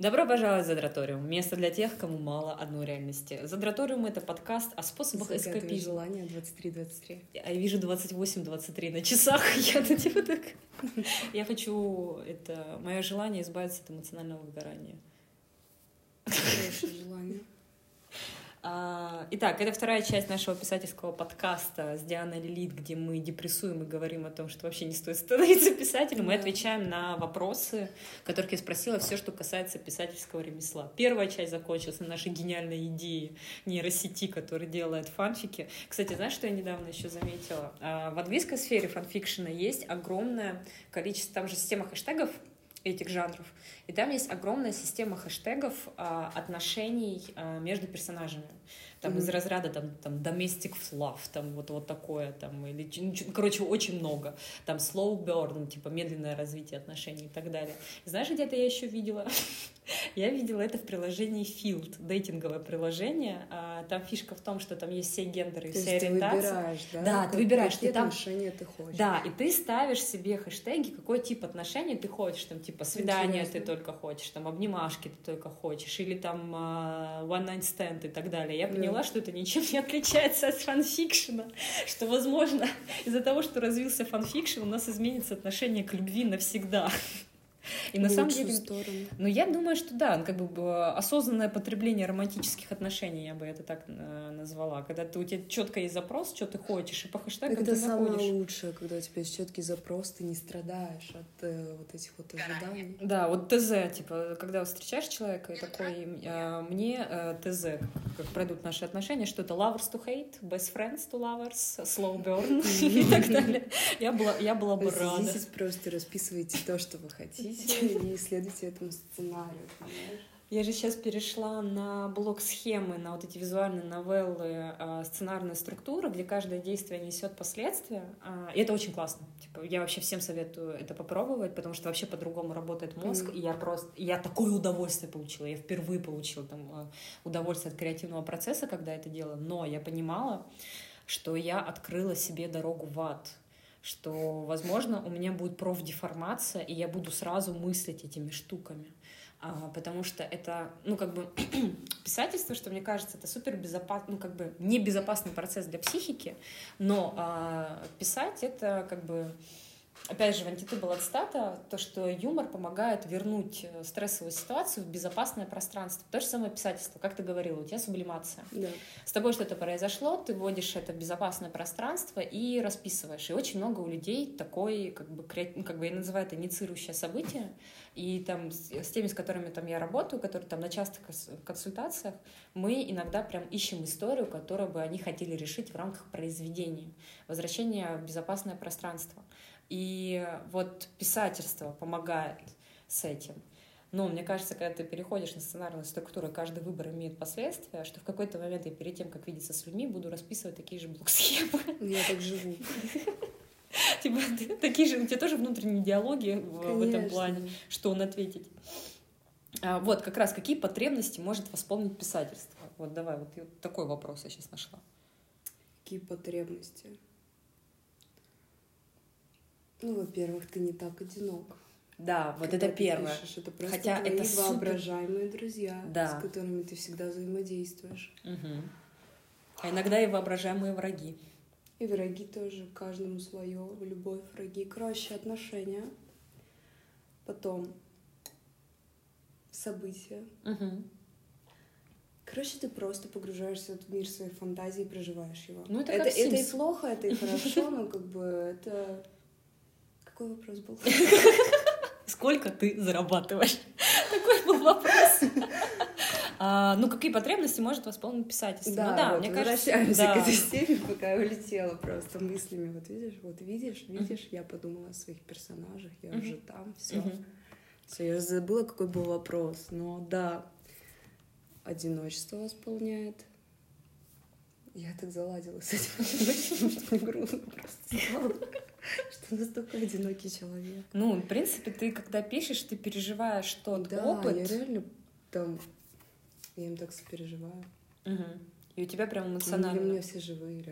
Добро пожаловать в Задраториум. Место для тех, кому мало одной реальности. Задраториум — это подкаст о способах эскапизма. Желание 23:23. Я вижу 28:23 на часах. Я хочу... Это мое желание избавиться от эмоционального выгорания. Хорошее желание. Итак, это вторая часть нашего писательского подкаста с Дианой Лилит, где мы депрессуем и говорим о том, что вообще не стоит становиться писателем. Мы отвечаем на вопросы, которых я спросила, все, что касается писательского ремесла. Первая часть закончилась на нашей гениальной идее нейросети, которая делает фанфики. Кстати, знаешь, что я недавно еще заметила? В английской сфере фанфикшена есть огромное количество, там же система хэштегов этих жанров, и там есть огромная система хэштегов отношений между персонажами. Там из разряда там domestic love, там вот такое, там, или, короче, очень много. Там slow burn, типа медленное развитие отношений и так далее. И знаешь, где-то я еще видела? Я видела это в приложении Field, дейтинговое приложение. Там фишка в том, что там есть все гендеры и все ориентации. Ты выбираешь, да? Да, ты выбираешь. Какие отношения ты хочешь. Да, и ты ставишь себе хэштеги, какой тип отношений ты хочешь. Там, типа, свидания ты только хочешь, там, обнимашки ты только хочешь, или там one night stand и так далее. Я поняла, что это ничем не отличается от фанфикшена, что, возможно, из-за того, что развился фанфикшн, у нас изменится отношение к любви навсегда. И на самом деле, ну я думаю, что да, как бы осознанное потребление романтических отношений, я бы это так назвала, когда у тебя четко есть запрос, что ты хочешь, и по хэштегам ты находишь. Это самое лучшее, когда у тебя есть четкий запрос, ты не страдаешь от вот этих вот ожиданий. Да, вот ТЗ, типа, когда встречаешь человека и такой, мне ТЗ, как пройдут наши отношения, что это lovers to hate, best friends to lovers, slow burn и так далее. Я была бы рада. Здесь просто расписывайте то, что вы хотите, и следуйте этому сценарию, понимаешь? Я же сейчас перешла на блок-схемы, на вот эти визуальные новеллы, сценарная структура, где каждое действие несет последствия. И это очень классно. Типа, я вообще всем советую это попробовать, потому что вообще по-другому работает мозг. И я такое удовольствие получила. Я впервые получила там удовольствие от креативного процесса, когда это делала. Но я понимала, что я открыла себе дорогу в ад. Что, возможно, у меня будет профдеформация, и я буду сразу мыслить этими штуками. Потому что это, ну, как бы, писательство, что мне кажется, это супер безопасный, ну, как бы, небезопасный процесс для психики, но писать это, как бы, опять же, в антиту была цитата, то, что юмор помогает вернуть стрессовую ситуацию в безопасное пространство. То же самое писательство, как ты говорила, у тебя сублимация. Да. С тобой что-то произошло, ты вводишь это в безопасное пространство и расписываешь. И очень много у людей такой, как бы я называю это инициирующее событие. И там с теми, с которыми там я работаю, которые там на частых консультациях, мы иногда прям ищем историю, которую бы они хотели решить в рамках произведения. Возвращение в безопасное пространство. И вот писательство помогает с этим. Но мне кажется, когда ты переходишь на сценарную структуру, каждый выбор имеет последствия, что в какой-то момент я перед тем, как видеться с людьми, буду расписывать такие же блок-схемы. Я так живу. Типа, такие же, у тебя тоже внутренние диалоги в этом плане, что он ответить. Вот, как раз, какие потребности может восполнить писательство? Вот давай, вот такой вопрос я сейчас нашла. Какие потребности? Ну, во-первых, ты не так одинок. Да, вот это первое. Пишешь, это просто хотя твои это воображаемые друзья, с которыми ты всегда взаимодействуешь. А иногда и воображаемые враги. И враги тоже, каждому свое, любовь, враги. Короче, отношения. Потом события. Короче, ты просто погружаешься в мир своей фантазии и проживаешь его. Ну, это и плохо, это и хорошо, но как бы это... Какой вопрос был? Сколько ты зарабатываешь? Такой был вопрос. Ну, какие потребности может восполнить писательство? Да, ну, да, вот, мне кажется, возвращаемся к этой теме, пока я улетела просто мыслями. Вот видишь, я подумала о своих персонажах, я уже там, все, я забыла, какой был вопрос. Но да, одиночество восполняет. Я так заладила с этим, что мне грустно просто. Что настолько одинокий человек. Ну, в принципе, ты, когда пишешь, ты переживаешь тот опыт. Да, я реально там... Я им так сопереживаю. И у тебя прям эмоционально... Для меня все живые, реально.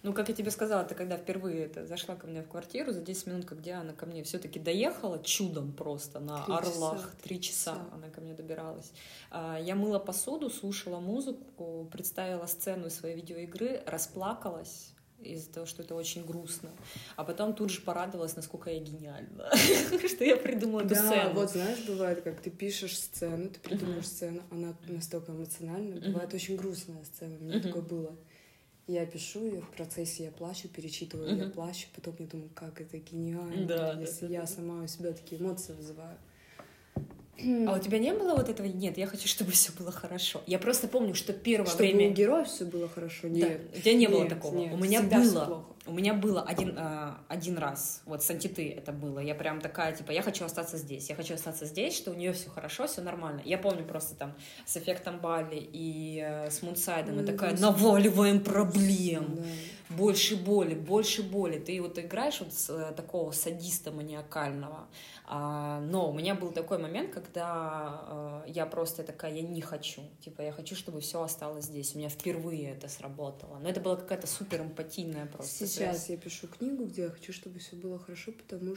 Ну, как я тебе сказала, ты когда впервые зашла ко мне в квартиру, за 10 минут, как Диана ко мне все-таки доехала, чудом просто, на 3 Орлах, часа. 3 часа она ко мне добиралась. Я мыла посуду, слушала музыку, представила сцену из своей видеоигры, расплакалась из-за того, что это очень грустно. А потом тут же порадовалась, насколько я гениальна, что я придумала эту сцену. Да, вот знаешь, бывает, как ты пишешь сцену, ты придумаешь сцену, она настолько эмоциональная, бывает очень грустная сцена, у меня такое было. Я пишу ее, в процессе я плачу, перечитываю, я плачу, потом я думаю, как это гениально, если я сама у себя такие эмоции вызываю. А у тебя не было вот этого? Нет, я хочу, чтобы все было хорошо. Я просто помню, что первое чтобы время... у героев все было хорошо? Нет. Да. У тебя не было такого? Нет, у меня было один раз, вот с Антиты это было. Я прям такая, типа, я хочу остаться здесь, что у нее все хорошо, все нормально. Я помню просто там с эффектом Балли и с Мунсайдом, и такая, наваливаем проблем. Да. Больше боли. Ты вот играешь вот с такого садиста маниакального. Но у меня был такой момент, когда я просто такая, я не хочу. Типа, я хочу, чтобы все осталось здесь. У меня впервые это сработало. Но это была какая-то супер эмпатийная просто Сейчас связь. Я пишу книгу, где я хочу, чтобы все было хорошо,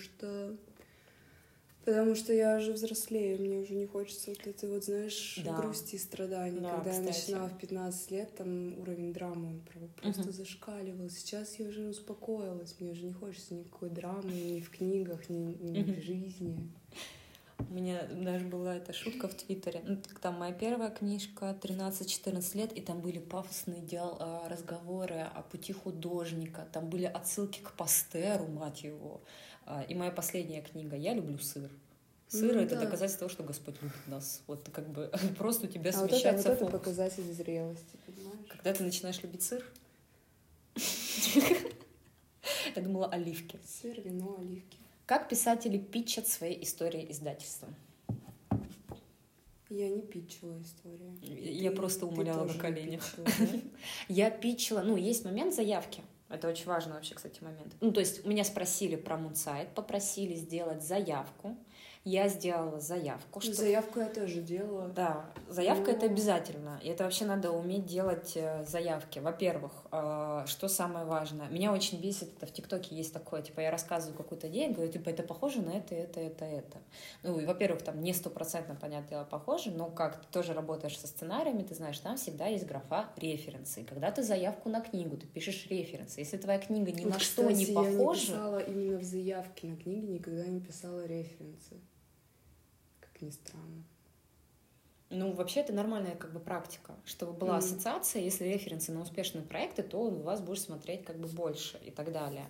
потому что я уже взрослею, мне уже не хочется вот этой вот, знаешь, грусти и страданий. Да, когда я начинала в 15 лет, там уровень драмы он просто зашкаливал. Сейчас я уже успокоилась, мне уже не хочется никакой драмы ни в книгах, ни в жизни. У меня даже была эта шутка в Твиттере. Там моя первая книжка, 13-14 лет, и там были пафосные разговоры о пути художника, там были отсылки к Пастеру, мать его. И моя последняя книга «Я люблю сыр». Сыр — это доказательство того, что Господь любит нас. Вот как бы просто у тебя смещается фокус. Это показатель зрелости, понимаешь? Когда ты начинаешь любить сыр? Я думала оливки. Сыр, вино, оливки. Как писатели питчат свои истории издательствам? Я не питчила историю. Я просто умоляла на коленях. Я питчила... есть момент заявки. Это очень важный вообще, кстати, момент. То есть меня спросили про Мунсайд, попросили сделать заявку. Я сделала заявку. Заявку я тоже делала. Да, заявка это обязательно. И это вообще надо уметь делать заявки. Во-первых, что самое важное? Меня очень бесит, это в ТикТоке есть такое, типа я рассказываю какую-то идею, говорю, типа это похоже на это. И, во-первых, там не 100%, понятное дело, похоже, но как ты тоже работаешь со сценариями, ты знаешь, там всегда есть графа референсы. И когда ты заявку на книгу, ты пишешь референсы. Если твоя книга ни на что не похожа... я не писала именно в заявке на книге, никогда не писала референсы. Не странно. Вообще это нормальная как бы практика, чтобы была ассоциация, если референсы на успешные проекты, то у вас будешь смотреть как бы больше и так далее.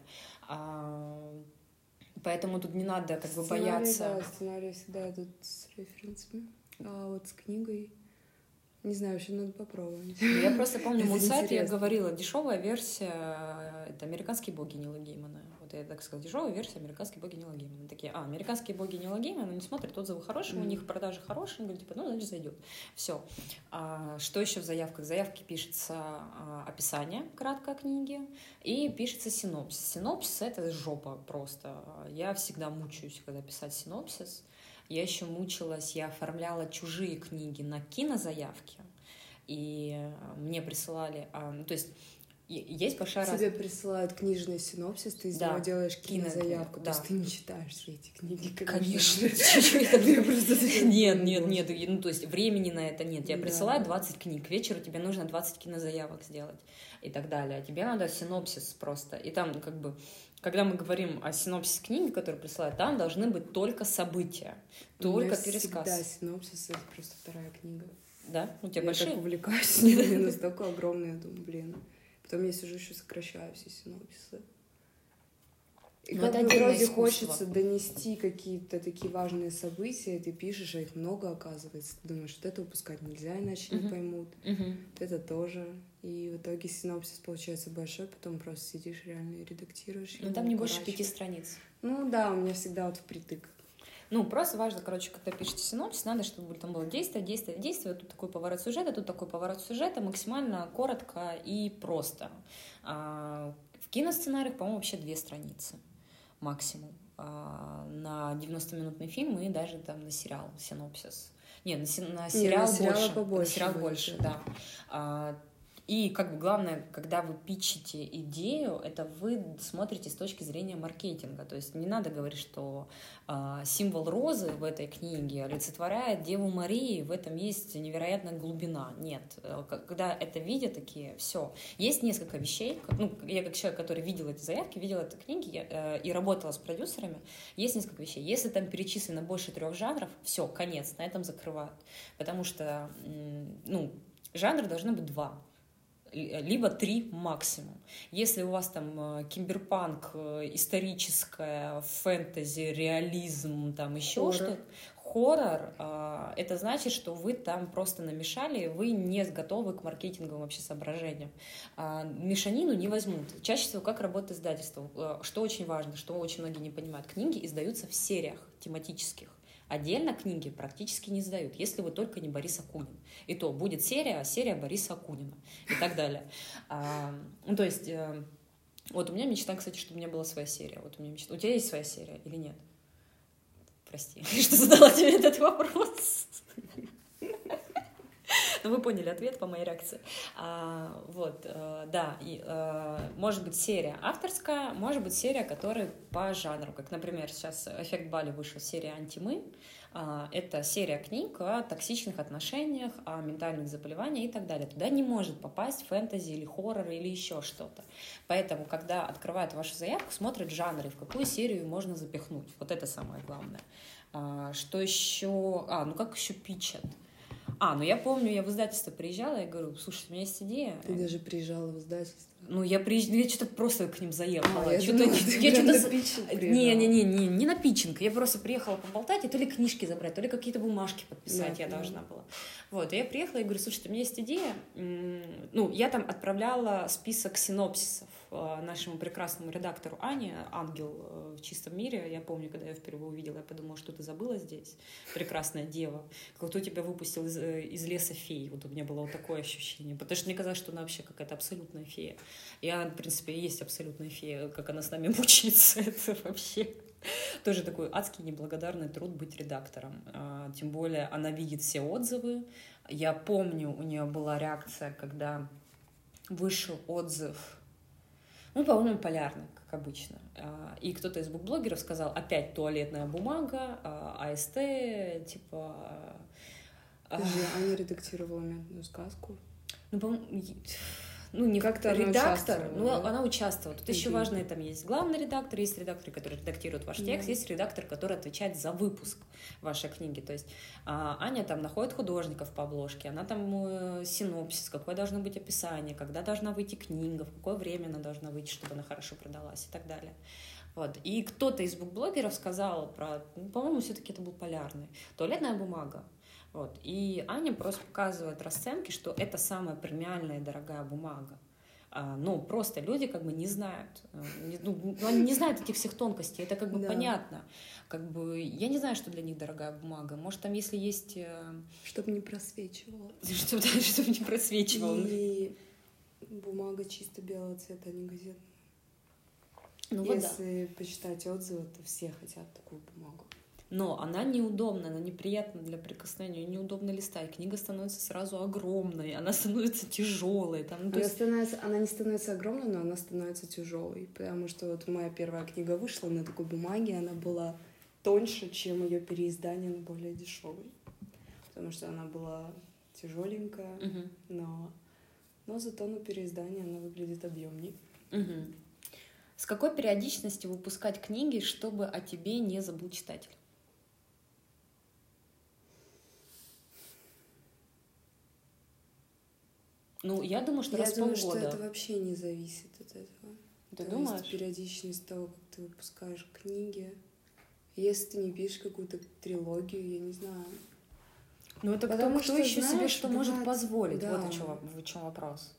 Поэтому тут не надо как бы бояться. Да, сценарии всегда идут с референсами, а вот с книгой не знаю, вообще надо попробовать. Я просто помню, Мунсайд, я говорила, дешевая версия, это «Американские боги» Нила Геймана. Вот я так сказала, дешевая версия «Американские боги» Нила Геймана. Такие, «Американские боги» Нила Геймана, не смотрят, отзывы хорошие, у них продажи хорошие, говорю, типа, значит, зайдет. Все. Что еще в заявках? В заявке пишется описание краткое книги и пишется синопсис. Синопсис — это жопа просто. Я всегда мучаюсь, когда писать синопсис. Я еще мучилась, я оформляла чужие книги на кинозаявки, и мне присылали... то есть есть большая разница. Тебе присылают книжный синопсис, ты из него делаешь кинозаявку, то есть ты не читаешь все эти книги. Конечно. Нет, то есть времени на это нет. Тебе присылают 20 книг, к вечеру тебе нужно 20 кинозаявок сделать и так далее. Тебе надо синопсис просто. И там как бы... Когда мы говорим о синопсисе книги, которую присылают, там должны быть только события, только пересказ. Всегда синопсис — это просто вторая книга. Да? У тебя большие? Я так увлекаюсь, они настолько огромные, я думаю, блин. Потом я сижу еще сокращаю все синопсисы. И как бы вроде хочется донести какие-то такие важные события, ты пишешь, а их много оказывается. Ты думаешь, вот это выпускать нельзя, иначе не поймут. Вот это тоже. И в итоге синопсис получается большой, потом просто сидишь реально и редактируешь. Ну там не больше 5 страниц. Ну да, у меня всегда вот впритык. Просто важно, когда пишете синопсис, надо, чтобы там было действие, тут такой поворот сюжета, максимально коротко и просто. В киносценариях, по-моему, вообще 2 страницы максимум. На 90-минутный фильм и даже там на сериал синопсис. Нет, на сериал больше. Побольше, на сериал больше, да. И как бы главное, когда вы питчите идею, это вы смотрите с точки зрения маркетинга. То есть не надо говорить, что символ розы в этой книге олицетворяет Деву Марию, в этом есть невероятная глубина. Нет. Когда это видят такие, все. Есть несколько вещей. Ну, я как человек, который видел эти заявки, видел эти книги и работала с продюсерами, есть несколько вещей. Если там перечислено больше 3 жанров, все, конец, на этом закрывают. Потому что, ну, жанры должны быть 2. Либо 3 максимум. Если у вас там киберпанк, историческое, фэнтези, реализм, там еще что-то, хоррор, это значит, что вы там просто намешали, вы не готовы к маркетинговым вообще соображениям. Мешанину не возьмут. Чаще всего как работает издательство. Что очень важно, что очень многие не понимают. Книги издаются в сериях тематических. Отдельно книги практически не издают, если вы только не Борис Акунин. И то будет серия Бориса Акунина и так далее. Ну, то есть, вот у меня мечта, кстати, чтобы у меня была своя серия. Вот у меня мечта. У тебя есть своя серия или нет? Прости, что задала тебе этот вопрос. Но вы поняли ответ по моей реакции. Да, может быть серия авторская, может быть серия, которая по жанру. Как, например, сейчас «Эффект Бали» вышла серия «Антимы». Это серия книг о токсичных отношениях, о ментальных заболеваниях и так далее. Туда не может попасть фэнтези или хоррор или еще что-то. Поэтому, когда открывают вашу заявку, смотрят жанры, в какую серию можно запихнуть. Вот это самое главное. Что еще? Как еще питчат? Ну я помню, я в издательство приезжала, я говорю, слушай, у меня есть идея. Ты даже приезжала в издательство? Ну, я что-то просто к ним заехала. Я думала, ты на питчинг приезжала. Не на питчинг. Я просто приехала поболтать, и то ли книжки забрать, то ли какие-то бумажки подписать я должна была. Вот, и я приехала и говорю, слушай, у меня есть идея. Ну, я там отправляла список синопсисов нашему прекрасному редактору Ане, ангел в чистом мире. Я помню, когда я впервые увидела, я подумала, что ты забыла здесь, прекрасная дева. Кто тебя выпустил из леса фей? Вот у меня было вот такое ощущение. Потому что мне казалось, что она вообще какая-то абсолютная фея. Я, в принципе, есть абсолютная фея, как она с нами мучается. Это вообще тоже такой адский неблагодарный труд быть редактором. Тем более она видит все отзывы. Я помню, у нее была реакция, когда вышел отзыв, по-моему, полярный, как обычно. И кто-то из букблогеров сказал, опять туалетная бумага, АСТ, типа... Аня редактировала «Мятную сказку». Не как-то редактор, она участвовала. Тут еще важно, там есть главный редактор, есть редактор, который редактирует ваш текст, есть редактор, который отвечает за выпуск вашей книги. То есть Аня там находит художников по обложке, она там синопсис, какое должно быть описание, когда должна выйти книга, в какое время она должна выйти, чтобы она хорошо продалась и так далее. Вот. И кто-то из букблогеров сказал по-моему, все-таки это был полярный, туалетная бумага. Вот. И Аня просто показывает расценки, что это самая премиальная и дорогая бумага. Просто люди как бы не знают. Они не знают этих всех тонкостей. Это как бы понятно. Как бы, я не знаю, что для них дорогая бумага. Может, там если есть... Чтобы не просвечивало. Чтобы не просвечивало. И бумага чисто белого цвета, а не газетная. Если почитать отзывы, то все хотят такую бумагу. Но она неудобна, она неприятна для прикосновения, неудобно листать. Книга становится сразу огромной, она становится тяжелой. Она не становится огромной, но она становится тяжелой. Потому что вот моя первая книга вышла на такой бумаге, она была тоньше, чем ее переиздание, но более дешевой. Потому что она была тяжеленькая, но зато на переиздании она выглядит объемней. С какой периодичностью выпускать книги, чтобы о тебе не забыл читатель? Я думаю, что раз в полгода. Я думаю, что это вообще не зависит от этого. Ты думаешь? Есть периодичность того, как ты выпускаешь книги. Если ты не пишешь какую-то трилогию, я не знаю. Это кто еще себе что может позволить? Да. Вот в чем вопрос.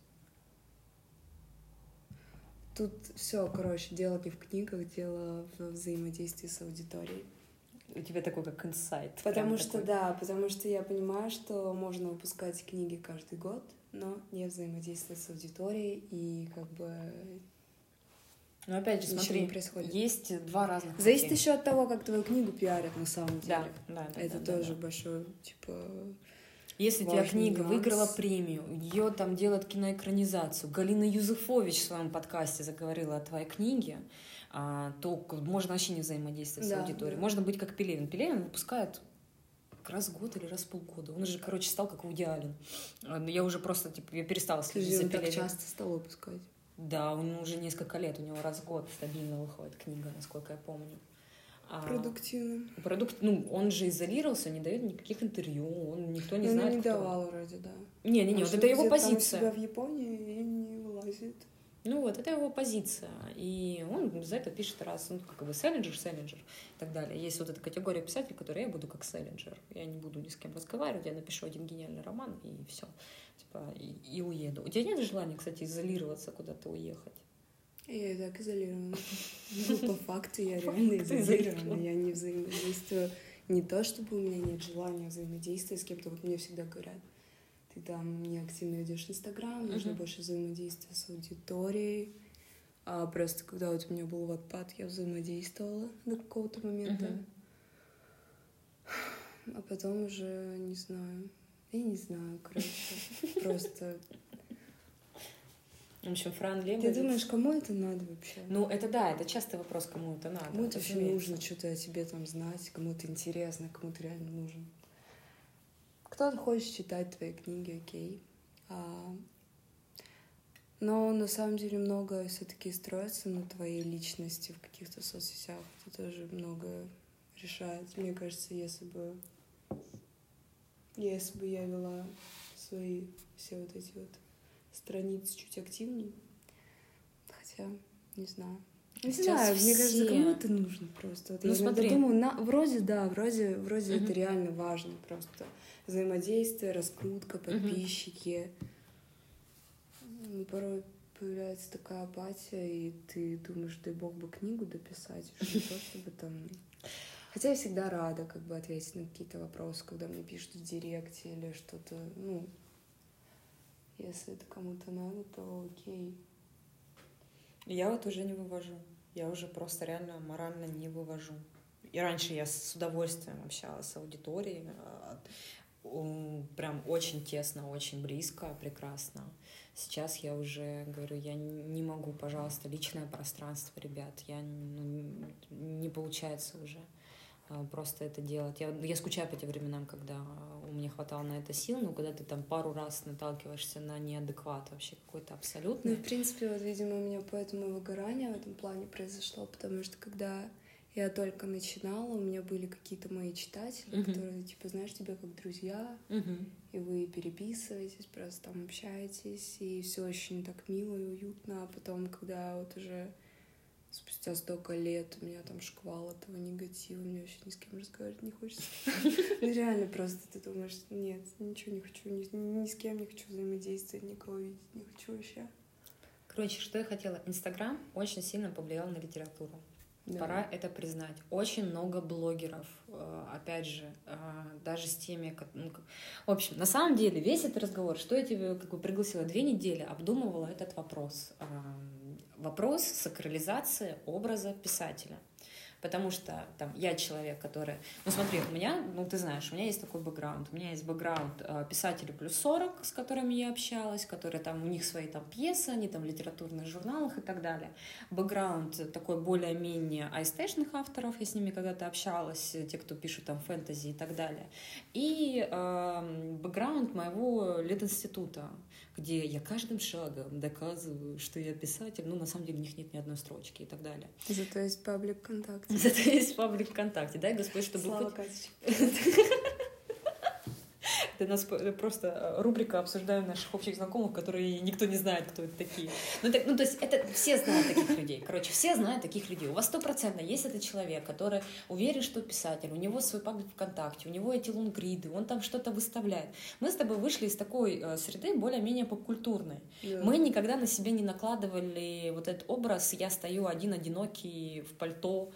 Тут все, дело не в книгах, дело в взаимодействии с аудиторией. У тебя такой как инсайт. Потому что я понимаю, что можно выпускать книги каждый год, но не взаимодействовать с аудиторией и как бы... опять же, смотри, есть 2 разных пути. Зависит еще от того, как твою книгу пиарят на самом деле. Да, это тоже большой, Если у тебя книга выиграла премию, ее там делают киноэкранизацию, Галина Юзефович в своем подкасте заговорила о твоей книге, то можно вообще не взаимодействовать с аудиторией. Да. Можно быть как Пелевин. Пелевин выпускает раз в год или раз в полгода. Он же, стал как Вуди Аллен. Я уже просто, я перестала следить за Пелевиным. Он так часто стал выпускать? Да, у него уже несколько лет, у него раз в год стабильно выходит книга, насколько я помню. Продуктивно. Он же изолировался, не дает никаких интервью, никто не знает, он не кто. давал вроде, да. Не, вот это его позиция. Он себя в Японии и не вылазит. Это его позиция. И он за это пишет раз, Селлинджер и так далее. Есть вот эта категория писателей, которые я буду как Селлинджер. Я не буду ни с кем разговаривать, я напишу один гениальный роман, и все. И уеду. У тебя нет желания, кстати, изолироваться, куда-то уехать? Я и так изолирована. По факту я реально изолирована. Я не взаимодействую. Не то, чтобы у меня нет желания взаимодействовать с кем-то. Вот мне всегда говорят, ты там не активно ведешь Инстаграм, нужно больше взаимодействия с аудиторией. А просто когда вот у меня был Wattpad, я взаимодействовала до какого-то момента. А потом уже не знаю. Я не знаю, просто... В общем, Фран Лебедев... Ты думаешь, кому это надо вообще? Это частый вопрос, кому это надо. Кому это вообще нужно что-то о тебе там знать, кому-то интересно, кому-то реально нужен. Кто-то хочет читать твои книги, окей. Но на самом деле многое все-таки строится на твоей личности в каких-то соцсетях. Это тоже многое решает. Мне кажется, если бы я вела свои все вот эти вот страницы чуть активнее, хотя, не знаю. Не знаю, мне кажется, кому это нужно просто. Вот я смотри. Думаю, вроде это реально важно просто. Взаимодействие, раскрутка, подписчики. Порой появляется такая апатия, и ты думаешь, дай бог бы книгу дописать, что не то, чтобы там... Хотя я всегда рада ответить на какие-то вопросы, когда мне пишут в директе или что-то, если это кому-то надо, то окей. Я уже не вывожу. Я уже просто реально морально не вывожу. И раньше я с удовольствием общалась с аудиторией, прям очень тесно, очень близко, прекрасно. Сейчас я уже говорю, я не могу, пожалуйста, личное пространство, ребят, не получается уже просто это делать. Я скучаю по тем временам, когда у меня хватало на это сил, но когда ты там пару раз наталкиваешься на неадекват вообще какой-то абсолютный. В принципе, видимо, у меня поэтому выгорание в этом плане произошло, потому что когда я только начинала, у меня были какие-то мои читатели, которые, знаешь, тебя как друзья, и вы переписываетесь, просто там общаетесь, и все очень так мило и уютно, а потом, когда вот уже спустя столько лет у меня там шквал этого негатива, мне вообще ни с кем разговаривать не хочется. Реально просто ты думаешь, нет, ничего не хочу, ни с кем не хочу взаимодействовать, никого видеть не хочу вообще. Короче, что я хотела? Инстаграм очень сильно повлиял на литературу. Да. Пора это признать. Очень много блогеров, опять же, даже с теми... В общем, на самом деле, весь этот разговор, что я тебе пригласила 2 недели, обдумывала этот вопрос. Вопрос сакрализации образа писателя. Потому что там я человек, который... смотри, у меня, ты знаешь, у меня есть такой бэкграунд. У меня есть бэкграунд писателей плюс 40, с которыми я общалась, которые там, у них свои там пьесы, они там в литературных журналах и так далее. Бэкграунд такой более-менее айстешных авторов, я с ними когда-то общалась, те, кто пишут там фэнтези и так далее. И бэкграунд моего литинститута, где я каждым шагом доказываю, что я писатель, на самом деле у них нет ни одной строчки и так далее. Зато есть паблик ВКонтакте. Зато есть паблик ВКонтакте, дай Господь, чтобы... Слава Катечка. Это у нас просто рубрика «Обсуждаем наших общих знакомых», которые никто не знает, кто это такие. То есть это все знают таких людей. Короче, все знают таких людей. У вас 100% есть этот человек, который уверен, что писатель, у него свой паблик ВКонтакте, у него эти лонгриды, он там что-то выставляет. Мы с тобой вышли из такой среды более-менее попкультурной. Yeah. Мы никогда на себя не накладывали вот этот образ «я стою один одинокий в пальто,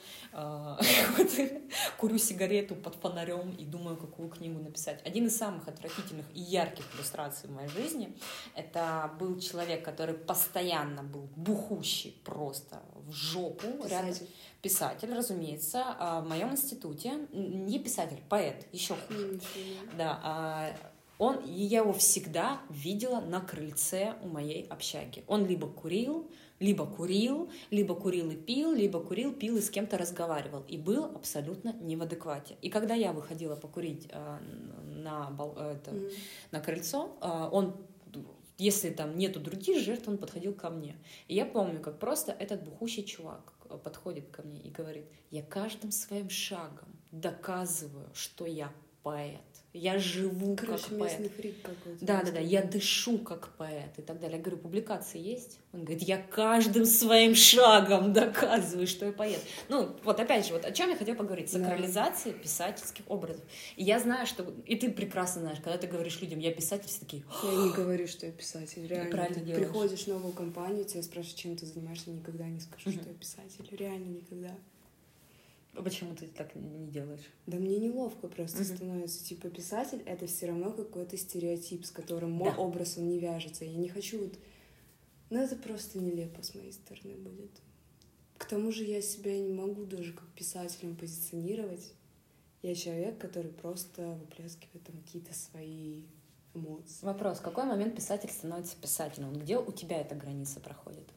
курю сигарету под фонарем и думаю, какую книгу написать». Один из самых отвратительных и ярких иллюстраций в моей жизни это был человек, который постоянно был бухущий просто в жопу. Писатель, разумеется, в моем институте. Не писатель, поэт, еще хуже. Да, Я его всегда видела на крыльце у моей общаги. Он либо курил и пил, либо курил, пил и с кем-то разговаривал. И был абсолютно не в адеквате. И когда я выходила покурить на крыльцо, он, если там нету других жертв, он подходил ко мне. И я помню, как просто этот бухущий чувак подходит ко мне и говорит: я каждым своим шагом доказываю, что я поэт. Я живу как поэт. Фрик какой-то. Да, я дышу как поэт и так далее. Я говорю: публикации есть? Он говорит: я каждым своим шагом доказываю, что я поэт. Ну, вот опять же, вот о чем я хотела поговорить. Сакрализация писательских образов. И я знаю, что... И ты прекрасно знаешь, когда ты говоришь людям: я писатель, все такие... Я не говорю, что я писатель, реально. Правильно ты делаешь. Приходишь в новую компанию, тебя спрашивают, чем ты занимаешься, никогда не скажу, что я писатель. Реально никогда. Почему ты так не делаешь? Да мне неловко просто становится. Типа писатель — это все равно какой-то стереотип, с которым мой образ, он не вяжется. Я не хочу вот... Ну, это просто нелепо с моей стороны будет. К тому же я себя не могу даже как писателем позиционировать. Я человек, который просто выплескивает там какие-то свои эмоции. Вопрос: в какой момент писатель становится писателем? Где у тебя эта граница проходит?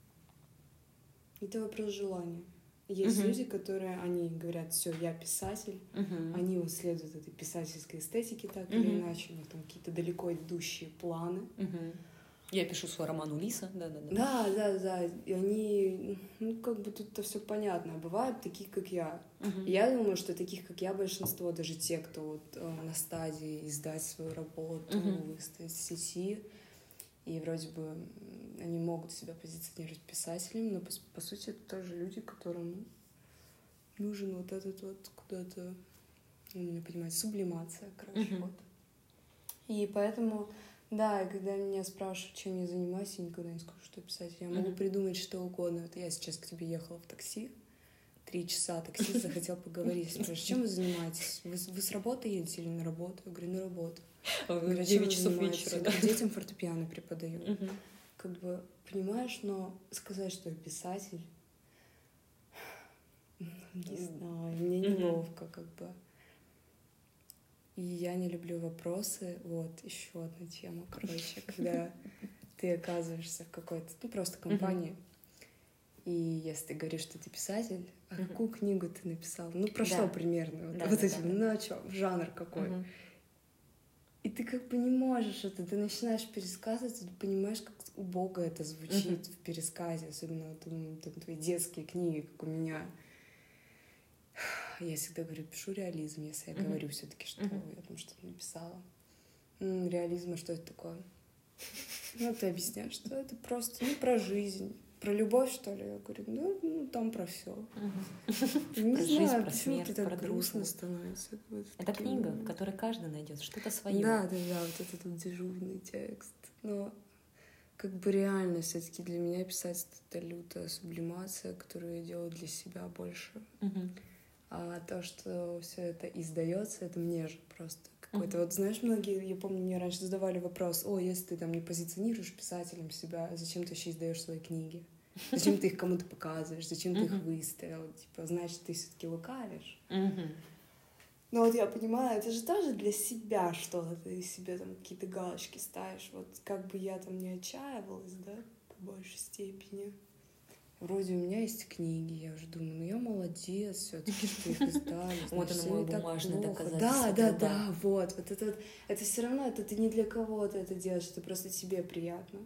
Это вопрос желания. Есть люди, которые, они говорят: все, я писатель, они вот следуют этой писательской эстетике так или иначе, у них там какие-то далеко идущие планы. Я пишу свой роман «Улиса», Да, и они, ну, как бы тут-то все понятно, а бывают такие, как я. Я думаю, что таких, как я, большинство, даже те, кто вот на стадии издать свою работу, выставить в сети, и вроде бы они могут себя позиционировать писателем, но по сути это тоже люди, которым нужен вот этот вот куда-то, не понимаю, сублимация, короче, вот. И поэтому, да, когда меня спрашивают, чем я занимаюсь, я никогда не скажу, что я писатель. Я могу придумать что угодно. Вот я сейчас к тебе ехала в такси, 3 часа таксист захотел поговорить. Спрашиваю: чем вы занимаетесь? Вы с работы едете или на работу? Я говорю: на работу. В 9 часов вечера. Я детям фортепиано преподаю. Как бы, понимаешь, но сказать, что я писатель, не знаю, мне неловко, как бы. И я не люблю вопросы. Вот, еще одна тема, короче, когда ты оказываешься в какой-то, ну, просто компании, и если ты говоришь, что ты писатель, а какую книгу ты написал? Ну, про что примерно? Вот эти, ну, а что, жанр какой? И ты как бы не можешь это, ты начинаешь пересказывать, и ты понимаешь, как убого это звучит в пересказе, особенно вот, твои детские книги, как у меня. Я всегда говорю: пишу реализм, если я говорю все-таки, что я там что-то написала. Реализм, а что это такое? Ну, ты объясняешь, что это просто, ну, про жизнь. Про любовь, что ли? Я говорю: ну там про все. Не про знаю, жизнь, про почему смерть, ты так про грустно дружбу. становится. Вот Это книга, в которой каждый найдет что-то свое. Да, вот этот вот дежурный текст. Но как бы реально все-таки для меня писательство — это лютая сублимация, которую я делаю для себя больше. А то, что все это издается, это мне же просто какой-то... Вот знаешь, многие, я помню, мне раньше задавали вопрос: о, если ты там не позиционируешь писателем себя, зачем ты еще издаешь свои книги? Зачем ты их кому-то показываешь? Зачем ты их выставил? Типа, значит, ты все-таки лукавишь. Но вот я понимаю, это же тоже для себя что-то, ты себе там какие-то галочки ставишь. Вот как бы я там не отчаивалась, да, по большей степени. Вроде у меня есть книги, я уже думаю: ну я молодец, все-таки, что их издали. Вот оно, мое бумажное доказательство. Да, вот это все равно, это ты не для кого-то это делаешь, это просто тебе приятно.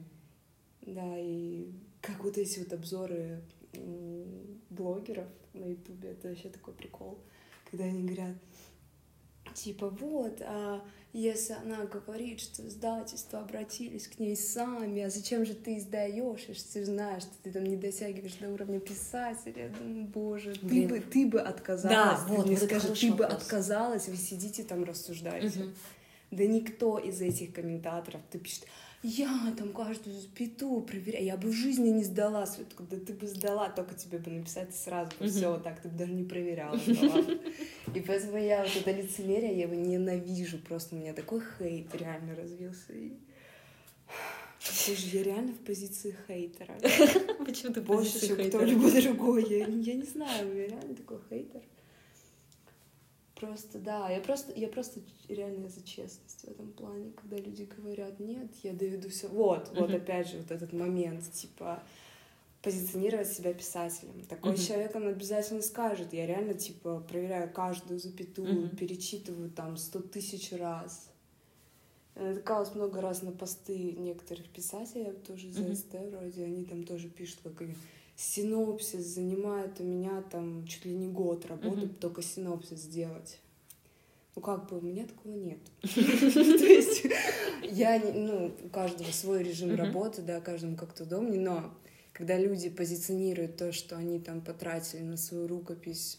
Да, и как вот эти вот обзоры блогеров на Ютубе, это вообще такой прикол, когда они говорят, типа, вот, а если она говорит, что издательства обратились к ней сами, а зачем же ты издаешь, если ты знаешь, что ты там не дотягиваешь до уровня писателя? Я думаю: боже, ты бы отказалась. Да, вот, мне вот скажи, ты бы отказалась, вы сидите там рассуждаете. Да никто из этих комментаторов, ты пишешь: я там каждую запятую проверяю, я бы в жизни не сдала, когда ты бы сдала, только тебе бы написать сразу бы все вот так, ты бы даже не проверяла, сдала. И поэтому я вот это лицемерие, я его ненавижу, просто у меня такой хейт реально развился. И... Слушай, я реально в позиции хейтера. Почему ты больше, чем кто-либо другой? Я не знаю, я реально такой хейтер. Просто, да, я просто реально за честность в этом плане, когда люди говорят, нет, я доведу все. Вот опять же, вот этот момент, типа, позиционировать себя писателем. Такой человек, он обязательно скажет, я реально, типа, проверяю каждую запятую, перечитываю там 100 тысяч раз. Я натыкалась много раз на посты некоторых писателей, тоже из СТ вроде, они там тоже пишут, как синопсис занимает у меня там чуть ли не год работы, только синопсис сделать. Ну, как бы, у меня такого нет. То есть, у каждого свой режим работы, да, каждому как-то удобнее, но когда люди позиционируют то, что они там потратили на свою рукопись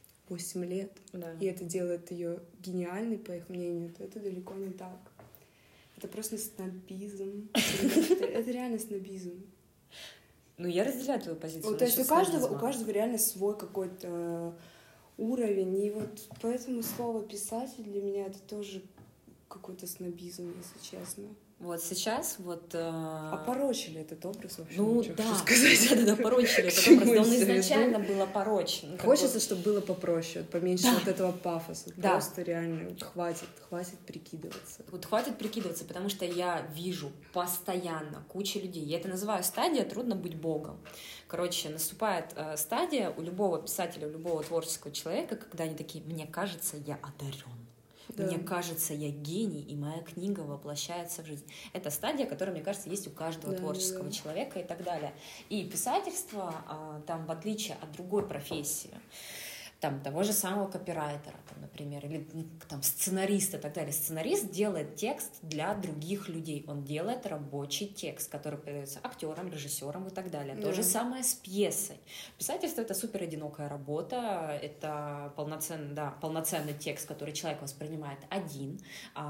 8 лет, и это делает ее гениальной, по их мнению, то это далеко не так. Это просто снобизм. Это реально снобизм. Ну, я разделяю твою позицию. То есть у каждого реально свой какой-то уровень. И вот поэтому слово «писатель» для меня это тоже какой-то снобизм, если честно. Вот сейчас вот... Опорочили этот образ вообще. Ну да, порочили этот образ. Да он изначально был опорочен. Хочется, чтобы было попроще, поменьше вот этого пафоса. Просто реально хватит прикидываться. Вот хватит прикидываться, потому что я вижу постоянно кучу людей. Я это называю стадия «трудно быть богом». Короче, наступает стадия у любого писателя, у любого творческого человека, когда они такие: «Мне кажется, я одарен». Да. Мне кажется, я гений, и моя книга воплощается в жизнь. Это стадия, которая, мне кажется, есть у каждого творческого человека и так далее. И писательство, там, в отличие от другой профессии, там, того же самого копирайтера, там, например, или там, сценариста и так далее. Сценарист делает текст для других людей. Он делает рабочий текст, который передается актерам, режиссерам и так далее. То же самое с пьесой. Писательство — это супер одинокая работа, это полноценный текст, который человек воспринимает один.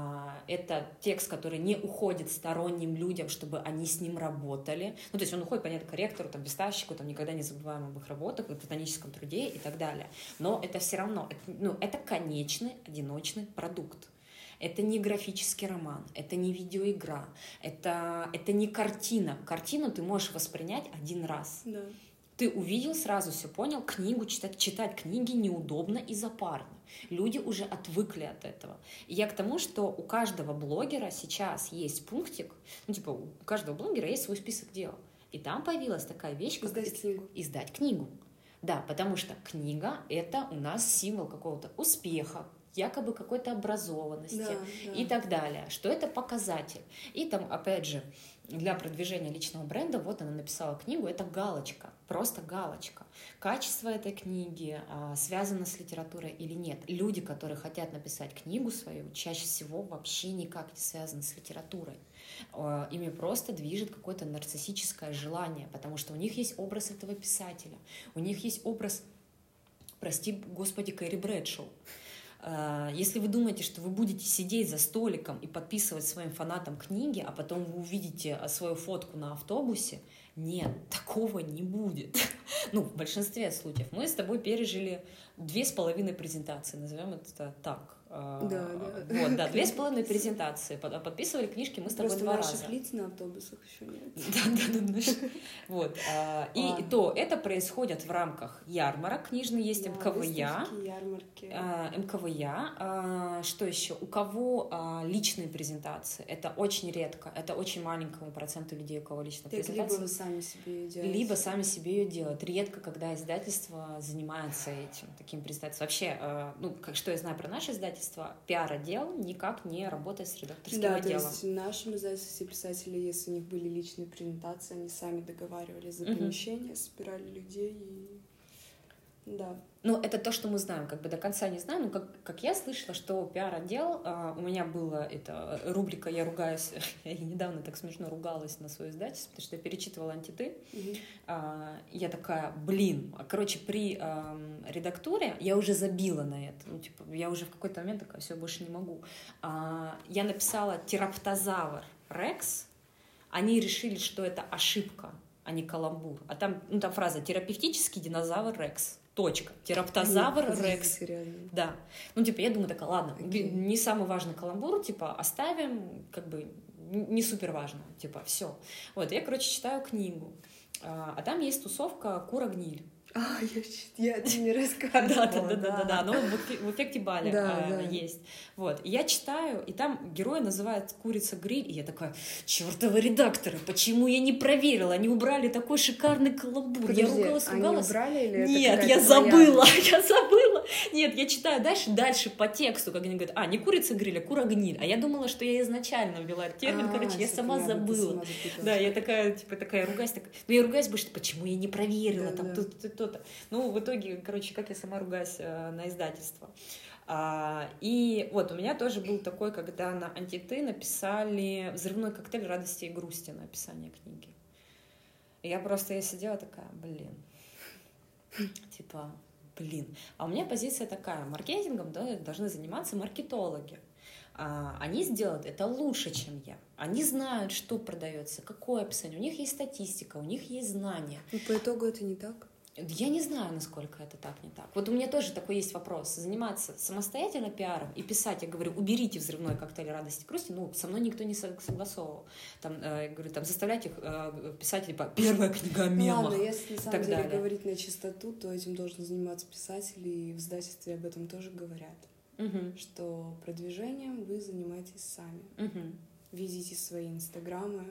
Это текст, который не уходит сторонним людям, чтобы они с ним работали. Ну, то есть он уходит, понятно, корректору, там, верстальщику, там, никогда не забываем об их работах, о титаническом труде и так далее. Но это все равно, это конечный, одиночный продукт. Это не графический роман, это не видеоигра, это не картина. Картину ты можешь воспринять один раз. Да. Ты увидел, сразу все понял, книгу читать книги неудобно и запарно. Люди уже отвыкли от этого. И я к тому, что у каждого блогера сейчас есть пунктик, у каждого блогера есть свой список дел. И там появилась такая вещь, как издать книгу. Да, потому что книга — это у нас символ какого-то успеха, якобы какой-то образованности и так далее, что это показатель. И там, опять же, для продвижения личного бренда, вот она написала книгу, это галочка, просто галочка. Качество этой книги связано с литературой или нет. Люди, которые хотят написать книгу свою, чаще всего вообще никак не связаны с литературой. Ими просто движет какое-то нарциссическое желание, потому что у них есть образ этого писателя, у них есть образ, прости господи, Кэрри Брэдшоу. Если вы думаете, что вы будете сидеть за столиком и подписывать своим фанатам книги, а потом вы увидите свою фотку на автобусе, нет, такого не будет. В большинстве случаев. Мы с тобой пережили 2,5 презентации, назовем это так. Вот, 2,5 презентации. Подписывали книжки мы с тобой 2 раза. Просто наших лиц на автобусах еще нет. Да. Вот. И то это происходит в рамках ярмарок. Книжный есть МКВЯ. Ярмарки. МКВЯ. Что еще? У кого личные презентации? Это очень редко. Это очень маленькому проценту людей, у кого личная презентация. Либо вы сами себе ее делаете. Либо сами себе ее делают. Редко, когда издательство занимается этим, таким презентацией. Вообще, что я знаю про наше издательство, пиар-отдел никак не работает с редакторским отделом. То есть в нашем издательстве все писатели, если у них были личные презентации, они сами договаривались за помещение, собирали людей и... Да. Это то, что мы знаем, до конца не знаем, но как я слышала, что пиар-отдел, у меня была эта рубрика «Я ругаюсь», я недавно так смешно ругалась на свое издательство, потому что я перечитывала «Антиты», я такая, при редактуре я уже забила на это, я уже в какой-то момент такая, все, больше не могу. Я написала «Тераптозавр Рекс», они решили, что это ошибка, а не каламбур, а там фраза «терапевтический динозавр Рекс». Точка. Тераптозавр Рекс. Да. Я думаю, ладно, не самый важный каламбур, оставим, не супер важно, все. Вот, я, читаю книгу, а там есть тусовка «Кура гниль». Ты мне рассказывала. Да, но в эффекте Балли есть. Вот, я читаю, и там герой называют «Курица гриль», и я такая: чертовы редакторы, почему я не проверила? Они убрали такой шикарный каламбур. Подожди, я ругалась. Они убрали или Нет, это я забыла. Нет, я читаю дальше по тексту, как они говорят: не курица гриль, а кура гниль. А я думала, что я изначально ввела термин, я сама забыла. Да, я такая ругаюсь. Ну, я ругаюсь, что почему я не проверила, там, то-то. Ну, в итоге, как я сама ругаюсь на издательство. И вот у меня тоже был такой, когда на Антиты написали «Взрывной коктейль радости и грусти» на описание книги. И я сидела такая: блин. А у меня позиция такая: маркетингом должны заниматься маркетологи. Они сделают это лучше, чем я. Они знают, что продается, какое описание. У них есть статистика, у них есть знания. Но по итогу это не так? Я не знаю, насколько это так, не так. Вот у меня тоже такой есть вопрос. Заниматься самостоятельно пиаром и писать, я говорю: уберите «Взрывной коктейль радости и грусти», со мной никто не согласовывал. Я говорю, писать «Первая книга о мемах». Ладно, если на самом деле говорить на чистоту, то этим должен заниматься писатель, и в издательстве об этом тоже говорят. Что продвижением вы занимаетесь сами. Ведите свои инстаграмы.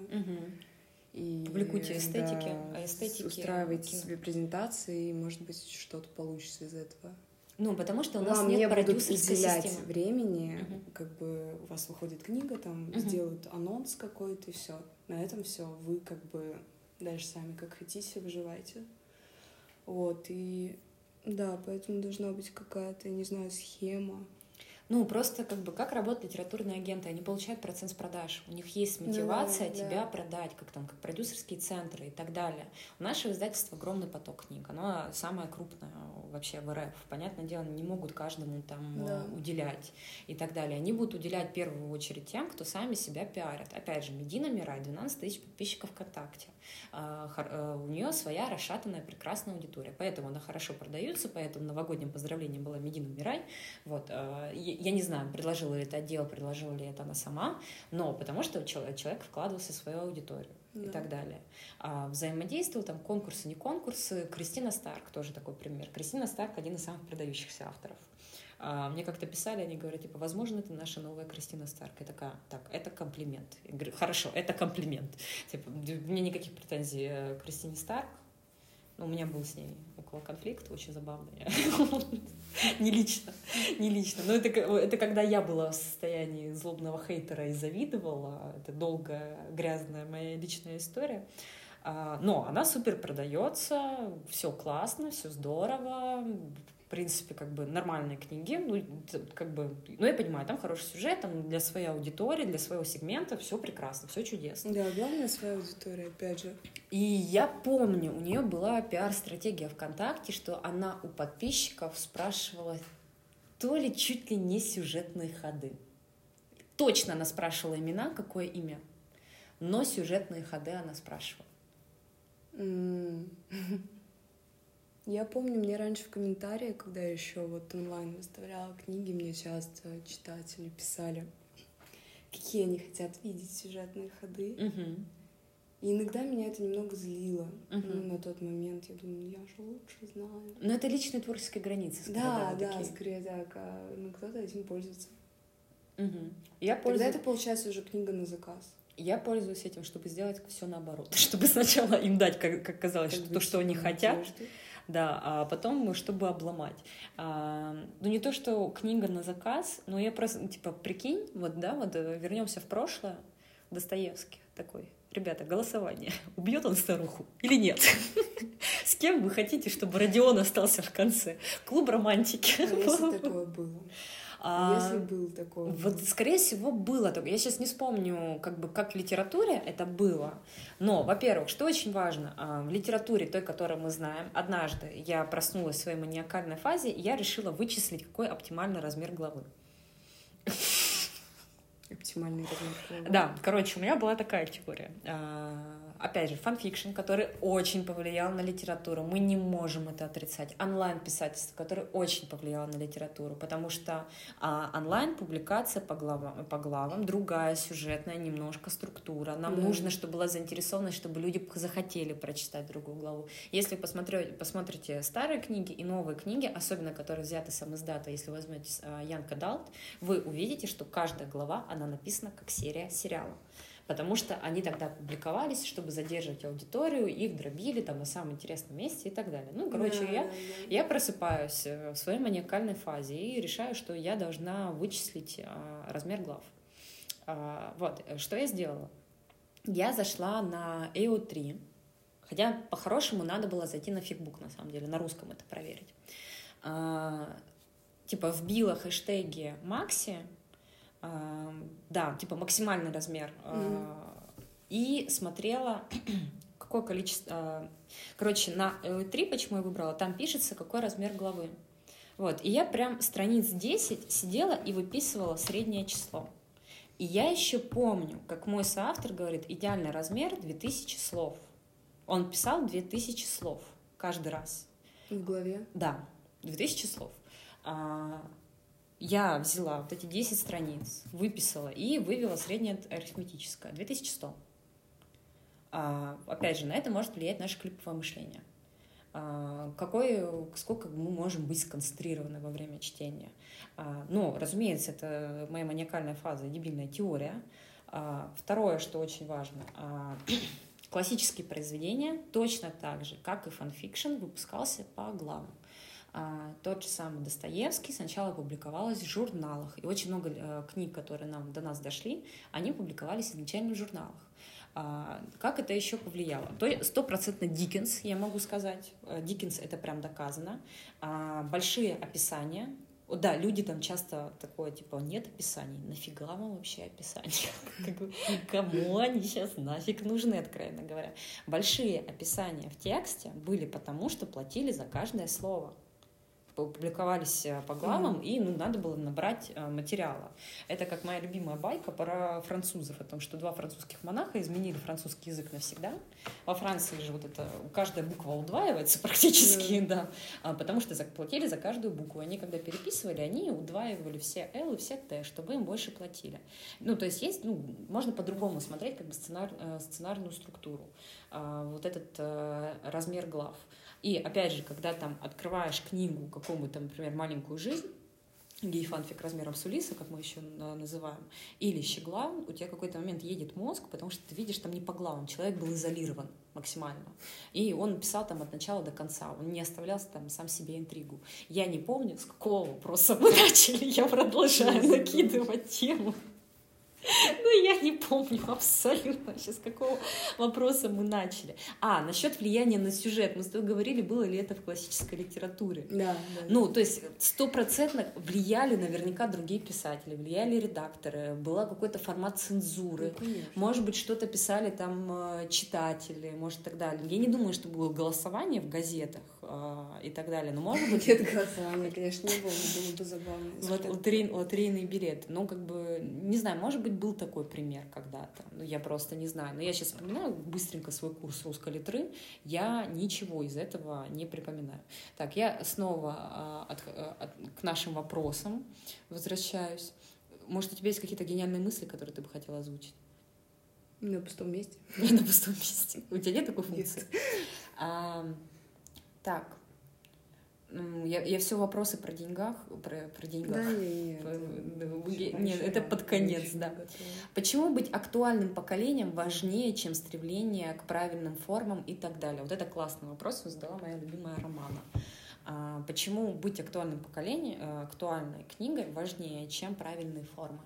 И, публикуйте эстетики, эстетики устраивайте себе презентации, и, может быть, что-то получится из этого. Потому что у нас нет продюсерской системы. Времени, у вас выходит книга, сделают анонс какой-то, и все. На этом все. Вы дальше сами как хотите выживаете. Вот, и да, поэтому должна быть какая-то, я не знаю, схема. Просто как работают литературные агенты, они получают процент с продаж, у них есть мотивация тебя продать, как продюсерские центры и так далее. У нашего издательства огромный поток книг, оно самое крупное вообще в РФ. Понятное дело, они не могут каждому уделять и так далее. Они будут уделять в первую очередь тем, кто сами себя пиарят. Опять же, Медина Мирай, 12 тысяч подписчиков ВКонтакте. У нее своя расшатанная прекрасная аудитория, поэтому она хорошо продается, поэтому новогодним поздравлением была Медина Мирай. Вот. Я не знаю, предложила ли это отдел, предложила ли это она сама, но потому что человек вкладывался в свою аудиторию и так далее. Взаимодействовал, конкурсы, не конкурсы. Кристина Старк тоже такой пример. Кристина Старк — один из самых продающихся авторов. Мне как-то писали, они говорят, возможно, это наша новая Кристина Старк. Я такая: это комплимент. Я говорю: хорошо, это комплимент. У меня никаких претензий к Кристине Старк. У меня был с ней около конфликт, очень забавный. Не лично. Но это когда я была в состоянии злобного хейтера и завидовала. Это долгая, грязная моя личная история. Но она супер продается, все классно, все здорово. В принципе, нормальные книги. Я понимаю, там хороший сюжет, для своей аудитории, для своего сегмента все прекрасно, все чудесно. Да, главное своя аудитория, опять же. И я помню, у нее была пиар-стратегия ВКонтакте, что она у подписчиков спрашивала то ли чуть ли не сюжетные ходы. Точно она спрашивала имена, какое имя, но сюжетные ходы она спрашивала. Я помню, мне раньше в комментариях, когда я еще онлайн выставляла книги, мне часто читатели писали, какие они хотят видеть сюжетные ходы. И иногда меня это немного злило. На тот момент я думаю, я же лучше знаю. Но это личные творческие границы. Да, скорее так. Но кто-то этим пользуется. Тогда это получается уже книга на заказ. Я пользуюсь этим, чтобы сделать все наоборот. Чтобы сначала им дать, как казалось, то, что они хотят. Да, а потом, чтобы обломать. Не то, что книга на заказ, но я просто, прикинь, вернемся в прошлое. Достоевский такой: ребята, голосование. Убьет он старуху или нет? С кем вы хотите, чтобы Родион остался в конце? Клуб романтики. Если такое было. Если был такой. Скорее всего, было такое. Я сейчас не вспомню, как в литературе это было. Но, во-первых, что очень важно, в литературе, той, которую мы знаем, однажды я проснулась в своей маниакальной фазе, и я решила вычислить, какой оптимальный размер главы. оптимальный размер главы? Да, короче, у меня была такая теория. Опять же, фанфикшн, который очень повлиял на литературу. Мы не можем это отрицать. Онлайн-писательство, которое очень повлияло на литературу, потому что онлайн-публикация по главам, другая сюжетная немножко структура. Нам нужно, чтобы была заинтересованность, чтобы люди захотели прочитать другую главу. Если вы посмотрите старые книги и новые книги, особенно которые взяты сам издата, если возьмете Young Adult, вы увидите, что каждая глава, она написана как серия сериала. Потому что они тогда публиковались, чтобы задерживать аудиторию, их дробили там на самом интересном месте и так далее. Ну, короче, я просыпаюсь в своей маниакальной фазе и решаю, что я должна вычислить размер глав. Вот, что я сделала? Я зашла на AO3, хотя по-хорошему надо было зайти на Фигбук, на самом деле, на русском это проверить. Типа вбила хэштеги Макси, да, типа максимальный размер, и смотрела, какое количество... Короче, на L3, почему я выбрала, там пишется, какой размер главы. Вот, и я прям страниц 10 сидела и выписывала среднее число. И я еще помню, как мой соавтор говорит, идеальный размер 2000 слов. Он писал 2000 слов каждый раз. В главе? Да, 2000 слов. Я взяла вот эти 10 страниц, выписала и вывела среднее арифметическое, 2100. Опять же, на это может влиять наше клиповое мышление. Сколько мы можем быть сконцентрированы во время чтения. Ну, разумеется, это моя маниакальная фаза, дебильная теория. Второе, что очень важно, классические произведения точно так же, как и фанфикшн, выпускался по главам. Тот же самый Достоевский сначала публиковалось в журналах, и очень много книг, которые до нас дошли, они публиковались изначально в журналах. Как это еще повлияло? То стопроцентно Диккенс, я могу сказать. Диккенс — это прям доказано. Большие описания. Да, люди там часто такое, типа, нет описаний. Нафига вам вообще описания? Кому они сейчас нафиг нужны, откровенно говоря? Большие описания в тексте были потому, что платили за каждое слово. Публиковались по главам, и надо было набрать материала. Это как моя любимая байка про французов, о том, что 2 французских монаха изменили французский язык навсегда. Во Франции же вот это каждая буква удваивается практически, да, потому что заплатили за каждую букву. Они, когда переписывали, они удваивали все L и все T, чтобы им больше платили. То есть можно по-другому смотреть как бы сценарную структуру, вот этот размер глав. И, опять же, когда там открываешь книгу какому-то, например, «Маленькую жизнь», гей-фанфик размером с Улисса, как мы еще называем, или «Щегла», у тебя какой-то момент едет мозг, потому что ты видишь там не по главам, человек был изолирован максимально. И он писал там от начала до конца, он не оставлял там сам себе интригу. Я не помню, с какого вопроса мы начали, я продолжаю накидывать тему. Я не помню абсолютно сейчас, с какого вопроса мы начали. Насчет влияния на сюжет. Мы с тобой говорили, было ли это в классической литературе. Да. То есть 100% влияли наверняка другие писатели, влияли редакторы, был какой-то формат цензуры. Может быть, что-то писали там читатели, может, и так далее. Я не думаю, что было голосование в газетах и так далее. Но может быть... Нет голосования, конечно, не было бы забавно. Вот лотерейный билет. Не знаю, может быть, был такой пример когда-то. Я просто не знаю. Но я сейчас вспоминаю быстренько свой курс русской литры. Я ничего из этого не припоминаю. Так, я снова к нашим вопросам возвращаюсь. Может, у тебя есть какие-то гениальные мысли, которые ты бы хотела озвучить? На пустом месте. На пустом месте. У тебя нет такой функции? Так. Я все вопросы про деньгах. Про деньгах. Да, нет, это под конец, да. Почему быть актуальным поколением важнее, чем стремление к правильным формам и так далее? Вот это классный вопрос задала моя любимая Романа. Почему быть актуальным поколением, актуальной книгой важнее, чем правильные формы?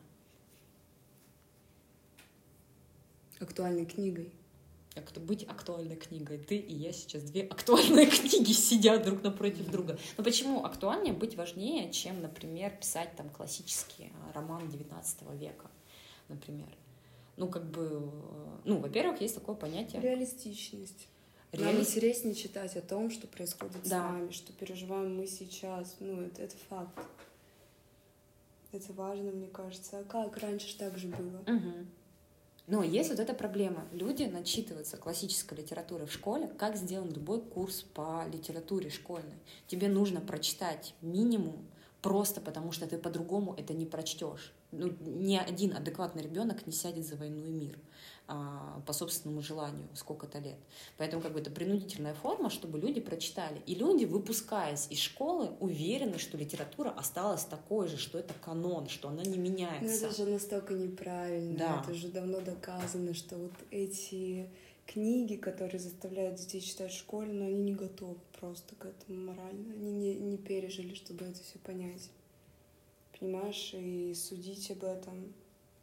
Актуальной книгой. Быть актуальной книгой. Ты и я сейчас 2 актуальные книги сидят друг напротив друга. Но почему актуальнее быть важнее, чем, например, писать там классический роман 19 века, например? Во-первых, есть такое понятие... Реалистичность. Нам интереснее читать о том, что происходит с нами, что переживаем мы сейчас. Это факт. Это важно, мне кажется. А как? Раньше ж так же было. Угу. Но есть вот эта проблема. Люди начитываются классической литературы в школе, как сделан любой курс по литературе школьной. Тебе нужно прочитать минимум, просто потому что ты по-другому это не прочтешь. Ну, ни один адекватный ребенок не сядет за «Войну и мир» по собственному желанию сколько-то лет. Поэтому как бы это принудительная форма, чтобы люди прочитали. И люди, выпускаясь из школы, уверены, что литература осталась такой же, что это канон, что она не меняется. Но это же настолько неправильно. Да. Это же давно доказано, что вот эти книги, которые заставляют детей читать в школе, но они не готовы просто к этому морально. Они не пережили, чтобы это все понять. Понимаешь? И судить об этом...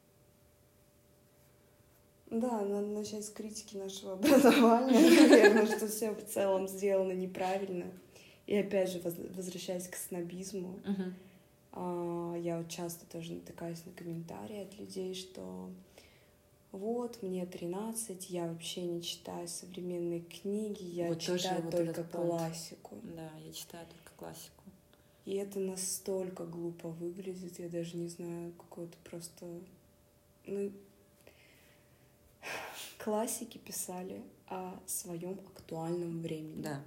Да, надо начать с критики нашего образования, наверное, что все в целом сделано неправильно. И опять же, возвращаясь к снобизму, я вот часто тоже натыкаюсь на комментарии от людей, что вот, мне 13, я вообще не читаю современные книги, я вот читаю вот только классику. Да, я читаю только классику. И это настолько глупо выглядит, я даже не знаю, какое-то просто... Ну, классики писали о своем актуальном времени. Да.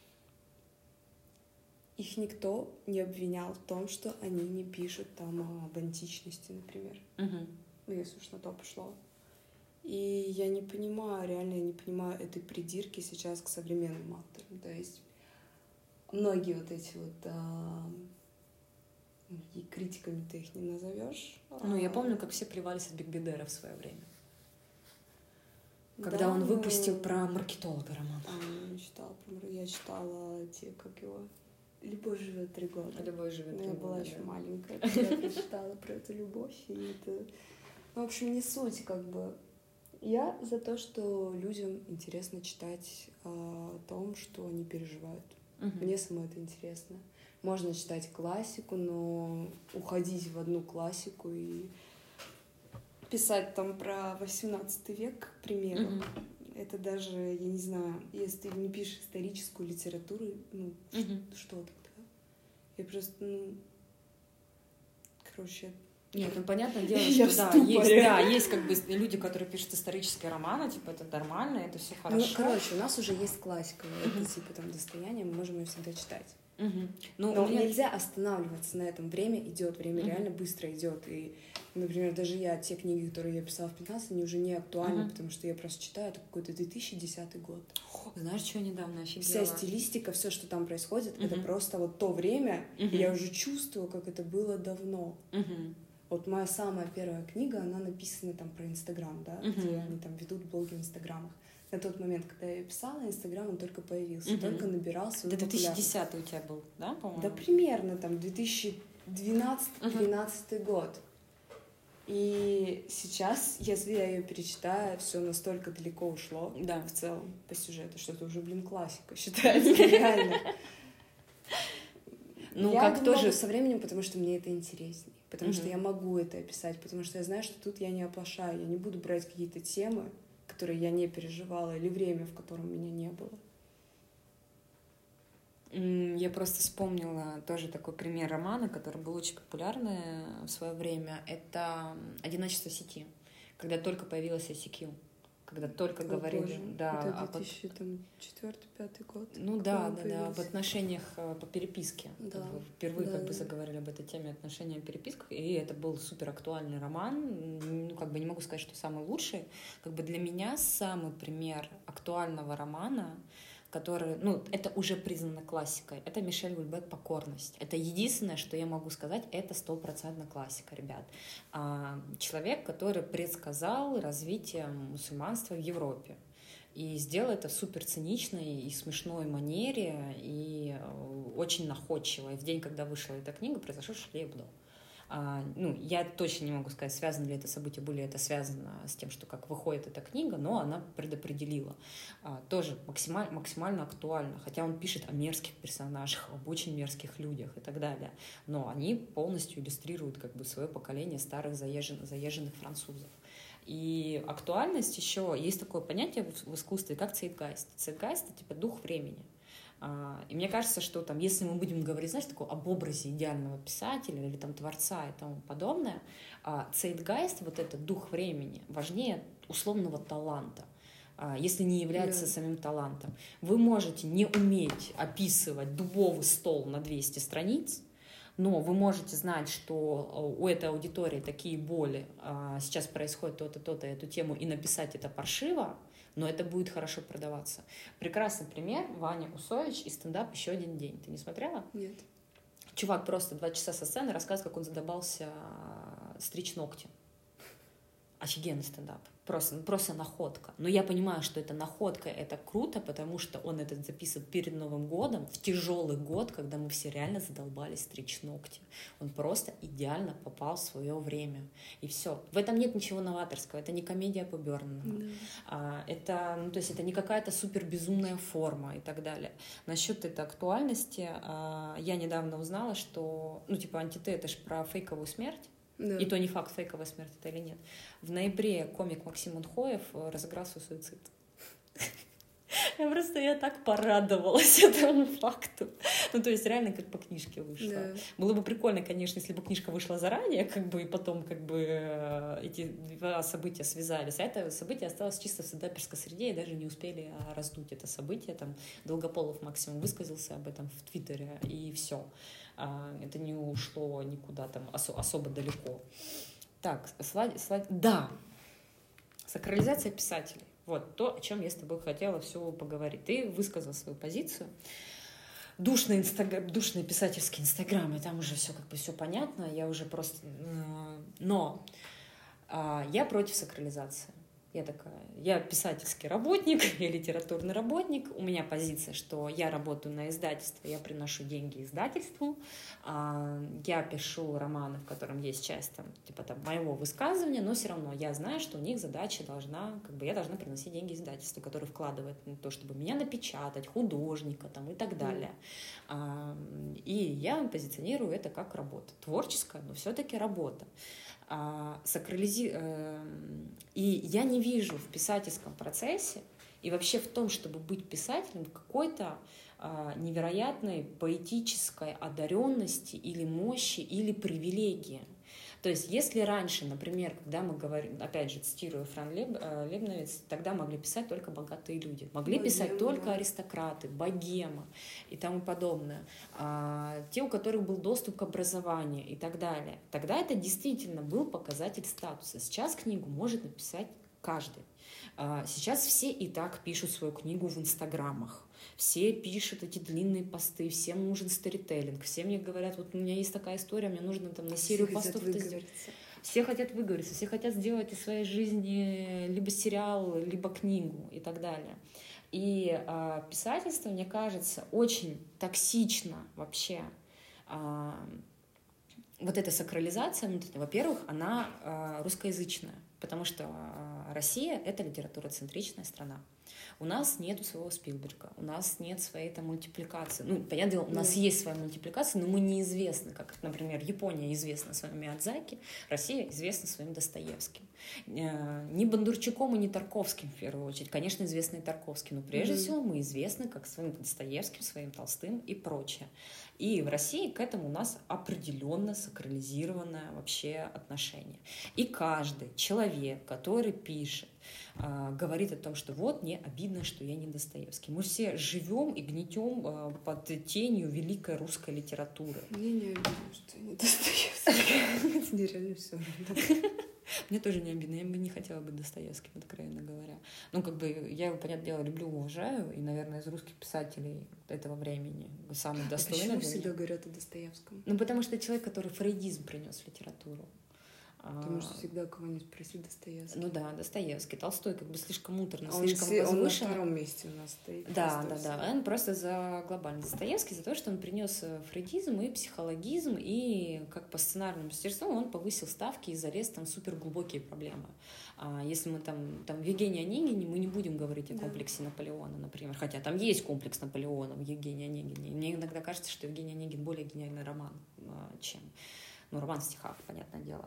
Их никто не обвинял в том, что они не пишут там об античности, например. Ну, если уж на то пошло. И я не понимаю, реально я не понимаю этой придирки сейчас к современным авторам. То есть многие вот эти вот... и критиками ты их не назовешь. Ну, я помню, как все плевались от Бигбедера в свое время. Когда да, он выпустил про маркетолога роман. Я читала те, как его... «Любовь живет 3 года». «Любовь живет 3 года». Я была еще маленькая, когда я прочитала про эту любовь. И это... Ну, в общем, не суть, как бы. Я за то, что людям интересно читать о том, что они переживают. Мне самой это интересно. Можно читать классику, но уходить в одну классику и писать там про 18 век, к примеру, это даже, я не знаю, если ты не пишешь историческую литературу, ну, что тогда? Я просто, короче... Нет, ну, понятное дело, что есть как бы люди, которые пишут исторические романы, типа, это нормально, это все хорошо. Ну, короче, у нас уже есть классика, это, типа, там, достояние, мы можем ее всегда читать. Но нельзя останавливаться на этом. Время идет, время реально быстро идет. И, например, даже те книги, которые я писала в 15, они уже не актуальны, потому что я просто читаю, это какой-то 2010 год. Знаешь, что недавно офигела? Вся стилистика, все, что там происходит, это просто вот то время, и я уже чувствую, как это было давно. Вот моя самая первая книга, она написана там про Инстаграм, да, где они там ведут блоги в Инстаграмах. На тот момент, когда я ее писала, Инстаграм, он только появился, только набирал свою популярность. 2010 у тебя был, да, по-моему? Да, примерно, там, 2012-2013 год. И сейчас, если я ее перечитаю, все настолько далеко ушло, в целом, по сюжету, что это уже, классика считается, реально. Ну, я как тоже со временем, потому что мне это интереснее, потому что я могу это описать, потому что я знаю, что тут я не оплошаю, я не буду брать какие-то темы, которые я не переживала, или время, в котором меня не было. Я просто вспомнила тоже такой пример романа, который был очень популярный в свое время. Это «Одиночество сети», когда только появилась ICQ. Когда только говорили... Да, это 2004-2005 год. Ну да, об отношениях по переписке. Да. Впервые как бы заговорили об этой теме отношений о переписках, и это был супер актуальный роман. Ну, как бы не могу сказать, что самый лучший. Как бы для меня самый пример актуального романа, который, это уже признано классикой, это Мишель Гульбек «Покорность». Это единственное, что я могу сказать, это 100% классика, ребят. Человек, который предсказал развитие мусульманства в Европе. И сделал это в супер циничной и смешной манере, и очень находчиво. И в день, когда вышла эта книга, произошел Шарли Эбдо. Я точно не могу сказать, связано ли это событие, было ли это связано с тем, что как выходит эта книга, но она предопределила. Тоже максимально актуально, хотя он пишет о мерзких персонажах, об очень мерзких людях и так далее, но они полностью иллюстрируют как бы свое поколение старых заезженных французов. И актуальность еще, есть такое понятие в искусстве, как цейтгайст. Цейтгайст — это типа дух времени. И мне кажется, что там, если мы будем говорить, знаешь, такое об образе идеального писателя или там творца и тому подобное, zeitgeist, вот этот дух времени, важнее условного таланта, если не является самим талантом. Вы можете не уметь описывать дубовый стол на 200 страниц, но вы можете знать, что у этой аудитории такие боли, сейчас происходит то-то, то-то, эту тему, и написать это паршиво, но это будет хорошо продаваться. Прекрасный пример — Ваня Усович и стендап «Еще один день». Ты не смотрела? Нет. Чувак просто 2 часа со сцены рассказывает, как он задолбался стричь ногти. Офигенный стендап. Просто находка. Но я понимаю, что это находка, это круто, потому что он это записывает перед Новым годом, в тяжелый год, когда мы все реально задолбались стричь ногти. Он просто идеально попал в свое время. И все. В этом нет ничего новаторского. Это не комедия по Бёрнману. Это, то есть это не какая-то супер безумная форма и так далее. Насчет этой актуальности я недавно узнала, что, антитет — это же про фейковую смерть. Да. И то не факт, фейковая смерть это или нет. В ноябре комик Максим Унхоев разыграл свой суицид. Я так порадовалась этому факту. То есть реально как по книжке вышло. Да. Было бы прикольно, конечно, если бы книжка вышла заранее, и потом эти 2 события связались. А это событие осталось чисто в стендаперской среде, и даже не успели раздуть это событие. Там Долгополов максимум высказался об этом в Твиттере, и все. Это не ушло никуда там особо далеко. Так, да, сакрализация писателей. Вот то, о чем я с тобой хотела все поговорить. Ты высказал свою позицию. Душный писательский инстаграм, и там уже все понятно. Я уже просто... Но я против сакрализации. Я писательский работник, я литературный работник. У меня позиция, что я работаю на издательство, я приношу деньги издательству. Я пишу романы, в котором есть часть моего высказывания, но все равно я знаю, что у них задача я должна приносить деньги издательству, которое вкладывает в то, чтобы меня напечатать, художника и так далее. И я позиционирую это как работа. Творческая, но все-таки работа. И я не вижу в писательском процессе и вообще в том, чтобы быть писателем, какой-то невероятной поэтической одаренности или мощи, или привилегии. То есть если раньше, например, когда мы говорим, опять же, цитирую Фран Лебновиц, тогда могли писать только богатые люди, могли писать только аристократы, богема и тому подобное, те, у которых был доступ к образованию и так далее. Тогда это действительно был показатель статуса. Сейчас книгу может написать каждый. Сейчас все и так пишут свою книгу в инстаграмах. Все пишут эти длинные посты, всем нужен сторителлинг, все мне говорят, вот у меня есть такая история, мне нужно на серию постов это сделать. Все хотят выговориться, все хотят сделать из своей жизни либо сериал, либо книгу и так далее. И писательство, мне кажется, очень токсично вообще. Вот эта сакрализация, во-первых, она русскоязычная, потому что Россия — это литературоцентричная страна. У нас нет своего Спилберга, у нас нет своей мультипликации. Понятное дело, у нас есть своя мультипликация, но мы неизвестны, как, например, Япония известна своим Миядзаки, Россия известна своим Достоевским. Ни Бондарчуком и ни Тарковским, в первую очередь. Конечно, известны и Тарковский, но прежде всего мы известны как своим Достоевским, своим Толстым и прочее. И в России к этому у нас определенно сакрализированное вообще отношение. И каждый человек, который пишет, говорит о том, что вот мне обидно, что я не Достоевский. Мы все живем и гнетем под тенью великой русской литературы. Мне не обидно, что я не Достоевский. Мне реально все равно. Мне тоже не обидно, я бы не хотела быть Достоевским, откровенно говоря. Я его, понятное дело, люблю, уважаю, и, наверное, из русских писателей этого времени самый достойный. Почему всегда говорят о Достоевском? Потому что человек, который фрейдизм принес в литературу. Потому что всегда кого-нибудь спросить Достоевский. Достоевский. Толстой слишком муторно, слишком возвышенно. Он на втором месте у нас стоит. Да. Он просто за глобальный Достоевский, за то, что он принес фрейдизм и психологизм, и как по сценарному мастерству он повысил ставки и залез в суперглубокие проблемы. Если мы в Евгении Онегине, мы не будем говорить о комплексе Наполеона, например, хотя там есть комплекс Наполеона в Евгении Онегине. Мне иногда кажется, что Евгений Онегин более гениальный роман, чем роман в стихах, понятное дело.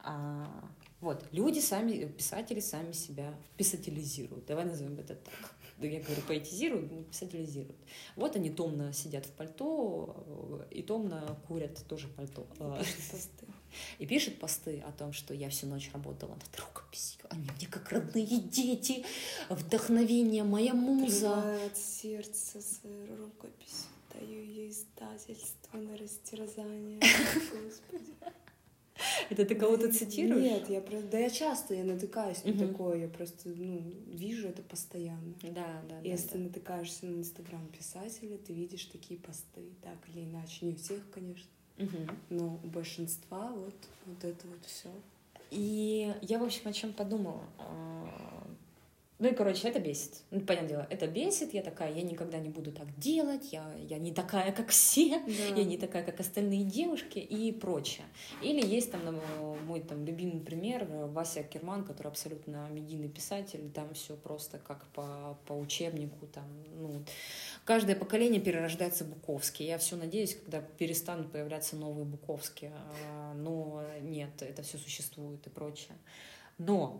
Вот, люди сами, писатели сами себя писателизируют. Давай назовем это так. Я говорю, поэтизируют, писателизируют. Вот они томно сидят в пальто и томно курят тоже пальто. И пишут посты о том, что я всю ночь работала над рукописью. Они мне как родные дети, вдохновение, моя муза. Открывает сердце свою рукопись, даю ей издательство на растерзание. Господи. Это ты кого-то цитируешь? Нет, я часто натыкаюсь на такое, я просто вижу это постоянно. Да. Если ты натыкаешься на Инстаграм писателя, ты видишь такие посты, так или иначе, не у всех, конечно, но у большинства вот это вот все. И я, в общем, о чем подумала. Ну и, короче, это бесит. Ну, понятное дело, это бесит. Я такая, я никогда не буду так делать, я не такая, как все, я не такая, как остальные девушки и прочее. Или есть там мой там любимый пример, Вася Керман, который абсолютно медийный писатель, там все просто как по учебнику, там, каждое поколение перерождается Буковский. Я все надеюсь, когда перестанут появляться новые Буковские, но нет, это все существует и прочее. Но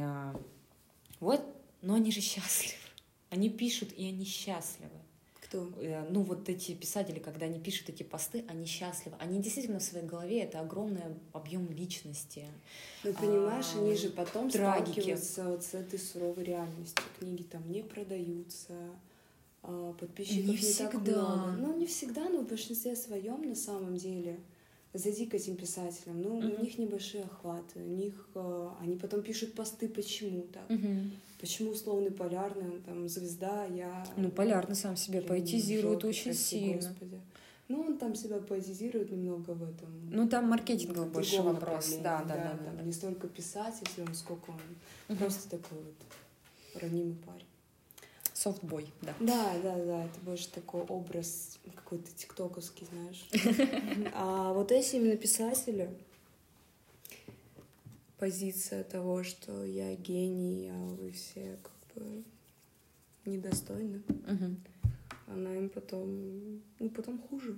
но они же счастливы. Они пишут, и они счастливы. Кто? Вот эти писатели, когда они пишут эти посты, они счастливы. Они действительно в своей голове, это огромный объем личности. Ну, понимаешь, они же потом сталкиваются вот с этой суровой реальностью. Книги там не продаются, подписчиков не так много. Ну, не всегда, но в большинстве своем на самом деле. Зайди к этим писателям, у них небольшие охваты, они потом пишут посты, почему так, почему условный Полярный, он там звезда, я... Полярный сам себя поэтизирует очень сильно. Господи. Он там себя поэтизирует немного в этом. Там маркетинговый больше вопрос. Да. Там не столько писатель, сколько он просто такой вот ранимый парень. Софтбой, да. Да, это больше такой образ какой-то тиктоковский, знаешь. А вот если именно писатели, позиция того, что я гений, а вы все как бы недостойны, она им потом хуже.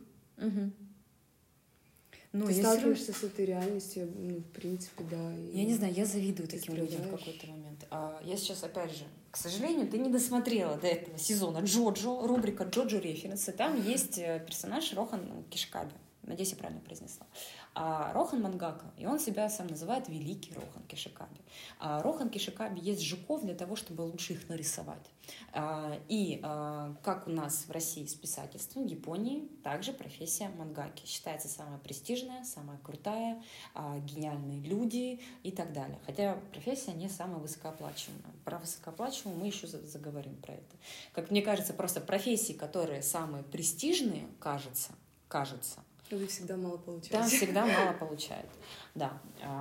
Ты сталкиваешься с этой реальностью, в принципе, да. Я не знаю, я завидую таким людям в какой-то момент. Я сейчас, опять же, к сожалению, ты не досмотрела до этого сезона Джоджо, рубрика Джоджо Референсы. Там есть персонаж Рохан Кишикаби. Надеюсь, я правильно произнесла. Рохан мангака, и он себя сам называет Великий Рохан Кишикаби. Рохан Кишикаби ест жуков для того, чтобы лучше их нарисовать. И как у нас в России с писательством, в Японии также профессия мангаки считается самая престижная, самая крутая, гениальные люди и так далее. Хотя профессия не самая высокооплачиваемая. Про высокооплачиваемую мы еще заговорим про это. Как мне кажется, просто профессии, которые самые престижные, кажется, вы всегда мало получаете. Там всегда мало получают, да.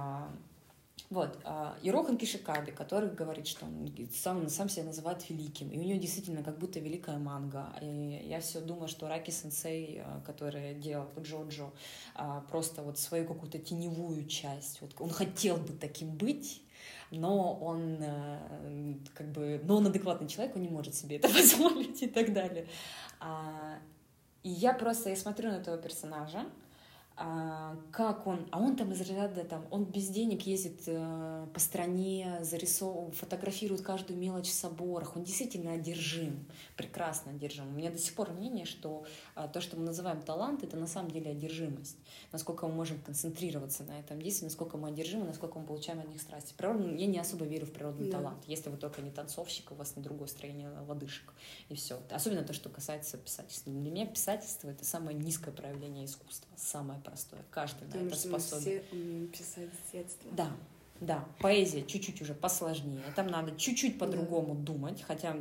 И Рохан Кишикаби, который говорит, что он сам себя называет великим, и у него действительно как будто великая манга. И я все думаю, что Раки-сенсей, который делал Джоджо, просто вот свою какую-то теневую часть, вот он хотел бы таким быть, но он но он адекватный человек, он не может себе это позволить и так далее. И я смотрю на этого персонажа, как он там из ряда, он без денег ездит по стране, фотографирует каждую мелочь в соборах, он действительно одержим, прекрасно одержим. У меня до сих пор мнение, что то, что мы называем талант, это на самом деле одержимость. Насколько мы можем концентрироваться на этом действии, насколько мы одержимы, насколько мы получаем от них страсти. Я не особо верю в природный талант, если вы только не танцовщик, у вас не другое строение лодыжек, и все. Особенно то, что касается писательства. Для меня писательство — это самое низкое проявление искусства, самое простое. Каждый на это способен. Все умеем писать с детства. Да. Поэзия чуть-чуть уже посложнее. Там надо чуть-чуть по-другому думать. Хотя,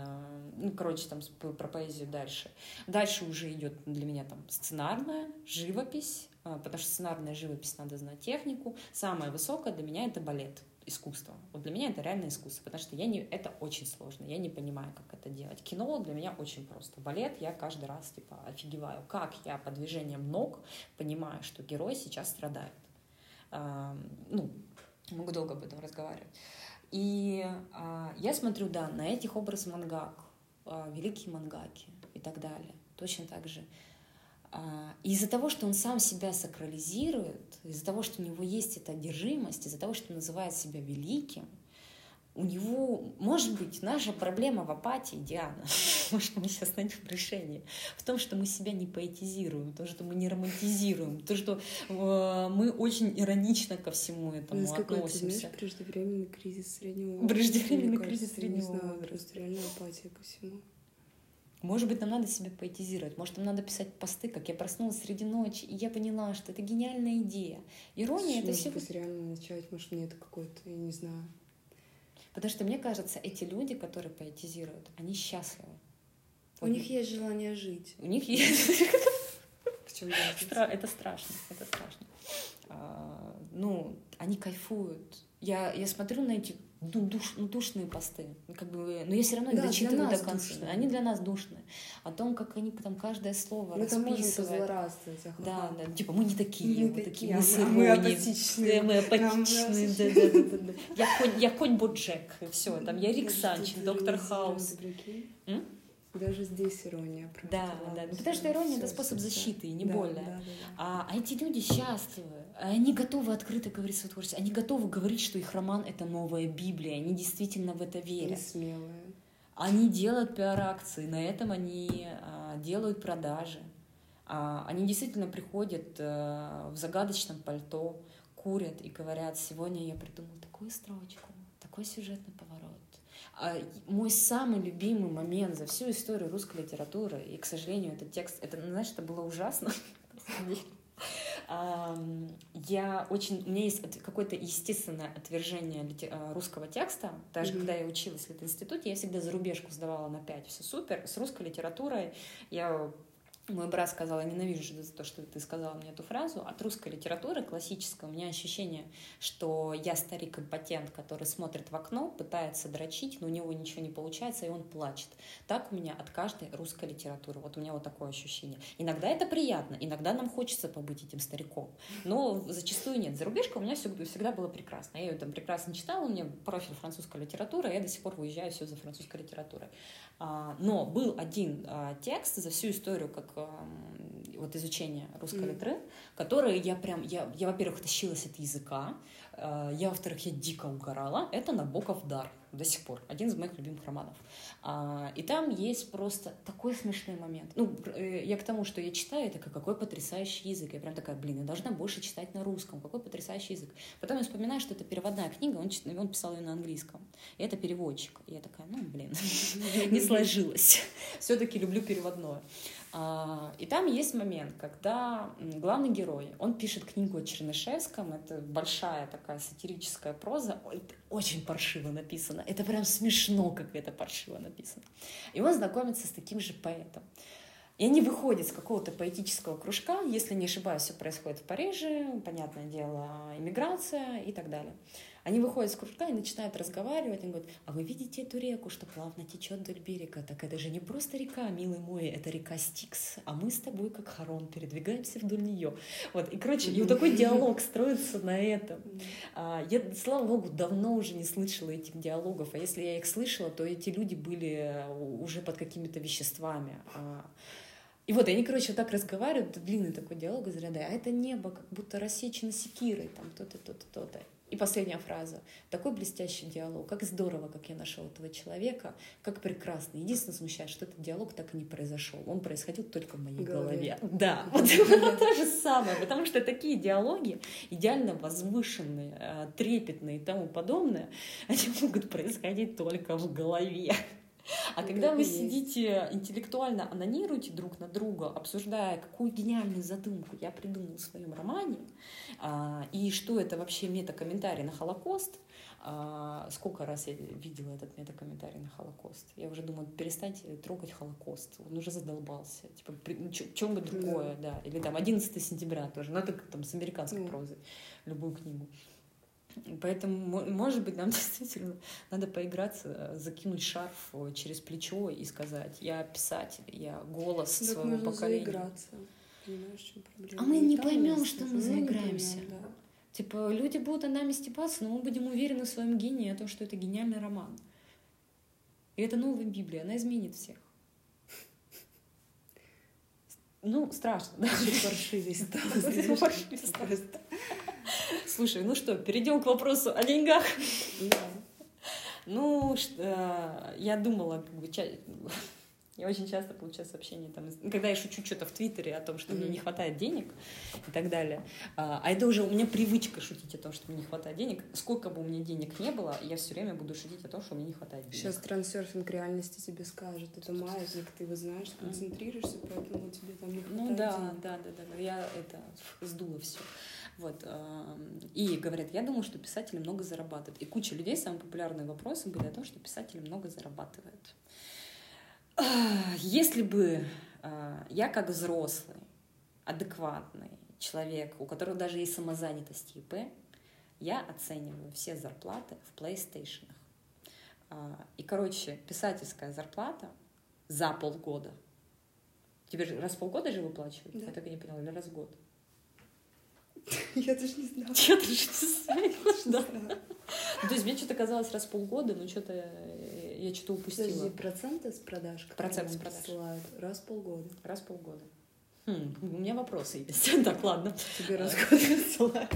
про поэзию дальше. Дальше уже идет для меня сценарная живопись, потому что сценарная живопись надо знать технику. Самое высокое для меня — это балет. Искусство. Вот для меня это реально искусство, потому что это очень сложно, я не понимаю, как это делать. Кино для меня очень просто. Балет я каждый раз офигеваю, как я по движениям ног понимаю, что герой сейчас страдает. Могу долго об этом разговаривать. И я смотрю, на этих образов мангак, великие мангаки и так далее. Точно так же. Из-за того, что он сам себя сакрализирует, из-за того, что у него есть эта одержимость, из-за того, что он называет себя великим, у него, может быть, наша проблема в апатии, Диана, может, мы сейчас найдем решение, в том, что мы себя не поэтизируем, то, что мы не романтизируем, то, что мы очень иронично ко всему этому относимся. Знаешь, преждевременный кризис среднего возраста. Преждевременный кризис среднего возраста. Просто реальная апатия ко всему. Может быть, нам надо себя поэтизировать, может, нам надо писать посты, как я проснулась среди ночи, и я поняла, что это гениальная идея. Ирония — это все... Может быть, реально начать, может, мне это какой-то, я не знаю. Потому что, мне кажется, эти люди, которые поэтизируют, они счастливы. У них есть желание жить. У них есть... Это страшно, это страшно. Они кайфуют. Я смотрю на эти душные посты, но я все равно их дочитываю до конца. Они для нас душные. О том, как они там каждое слово расписывают. Мы можем позлорадствовать. Да, типа мы не такие, мы мы апатичные. Мы апатичные, Я конь Боджек, все, там я Рик Санчин, Доктор Хаус. Даже здесь ирония. Да. Потому что ирония — это способ защиты, и не более. А эти люди счастливы. Они готовы открыто говорить свое творчество. Они готовы говорить, что их роман — это новая Библия. Они действительно в это верят. Они смелые. Они делают пиар-акции. На этом они делают продажи. Они действительно приходят в загадочном пальто, курят и говорят: сегодня я придумал такую строчку, такой сюжетный поворот. Мой самый любимый момент за всю историю русской литературы, и, к сожалению, этот текст, знаешь, это было ужасно. У меня есть какое-то естественное отвержение русского текста. Даже когда я училась в институте, я всегда зарубежку сдавала на 5. Все супер. С русской литературой мой брат сказал: я ненавижу за то, что ты сказала мне эту фразу. От русской литературы классической у меня ощущение, что я старик-импотент, который смотрит в окно, пытается дрочить, но у него ничего не получается, и он плачет. Так у меня от каждой русской литературы. Вот у меня вот такое ощущение. Иногда это приятно, иногда нам хочется побыть этим стариком, но зачастую нет. Зарубежка у меня всегда была прекрасна. Я ее там прекрасно читала, у меня профиль французская литература, я до сих пор выезжаю все за французской литературой. Но был один текст за всю историю изучения русской литературы, который я, во-первых, тащилась от языка, во-вторых, я дико угорала. Это «Набоков дар» до сих пор. Один из моих любимых романов. И там есть просто такой смешной момент. Я к тому, что я читаю, это какой потрясающий язык. Я прям такая: я должна больше читать на русском. Какой потрясающий язык. Потом я вспоминаю, что это переводная книга, он писал ее на английском. И это переводчик. И я такая: не сложилось. Все-таки люблю переводное. И там есть момент, когда главный герой, он пишет книгу о Чернышевском, это большая такая сатирическая проза, это очень паршиво написано, это прям смешно, как это паршиво написано. И он знакомится с таким же поэтом. И они выходят с какого-то поэтического кружка, если не ошибаюсь, все происходит в Париже, понятное дело, иммиграция и так далее. Они выходят с кружка и начинают разговаривать. Они говорят: а вы видите эту реку, что плавно течет вдоль берега? Так это же не просто река, милый мой, это река Стикс, а мы с тобой, как Харон, передвигаемся вдоль нее. Вот. И, и вот такой диалог строится на этом. Я, слава богу, давно уже не слышала этих диалогов, а если я их слышала, то эти люди были уже под какими-то веществами. И вот они, вот так разговаривают, длинный такой диалог из ряда: а это небо как будто рассечено секирой, там то-то, то-то, то-то. И последняя фраза: такой блестящий диалог, как здорово, как я нашел этого человека, как прекрасно. Единственное смущает, что этот диалог так и не произошел, он происходил только в моей голове. Да, вот то же самое, потому что такие диалоги, идеально возвышенные, трепетные и тому подобное, они могут происходить только в голове. А когда вы сидите интеллектуально, анонируете друг на друга, обсуждая, какую гениальную задумку я придумала в своем романе, и что это вообще метакомментарий на Холокост, сколько раз я видела этот метакомментарий на Холокост. Я уже думаю, перестать трогать Холокост, он уже задолбался. Типа, чем-нибудь другое, да. Или там 11 сентября тоже, но это там с американской прозой, любую книгу. Поэтому, может быть, нам действительно надо поиграться, закинуть шарф через плечо и сказать: я писатель, я голос своего поколения. Заиграться. Понимаешь, в чем проблема? А мы не поймем, что мы заиграемся. Да. Типа, люди будут над нами стебаться, но мы будем уверены в своем гении, о том, что это гениальный роман. И это новая Библия, она изменит всех. Ну, страшно, да. Паршивый стал. Слушай, ну что, перейдем к вопросу о деньгах. Да. Ну, я думала, я очень часто получаю сообщения, там, когда я шучу что-то в Твиттере о том, что мне не хватает денег и так далее. А это уже у меня привычка шутить о том, что мне не хватает денег. Сколько бы у меня денег не было, я все время буду шутить о том, что мне не хватает денег. Сейчас трансерфинг реальности тебе скажет. Это маятник, ты его знаешь, концентрируешься, поэтому тебе там не хватает денег. Да. Я это сдула все. Вот. И говорят, я думаю, что писатели много зарабатывают. И куча людей, самые популярные вопросы были о том, что писатели много зарабатывают. Если бы я как взрослый, адекватный человек, у которого даже есть самозанятость ИП, я оцениваю все зарплаты в PlayStation. И, короче, писательская зарплата за полгода. Тебе же раз в полгода же выплачивают? Да. Я так и не поняла, или раз в год? Я даже не знала. Я даже не знаю. То есть мне что-то казалось раз в полгода, но что-то я что-то упустила. Подожди, проценты с продаж? Процент с продаж. Присылают раз в полгода. Раз в полгода. У меня вопросы есть. Так, ладно. Тебе раз в год присылают.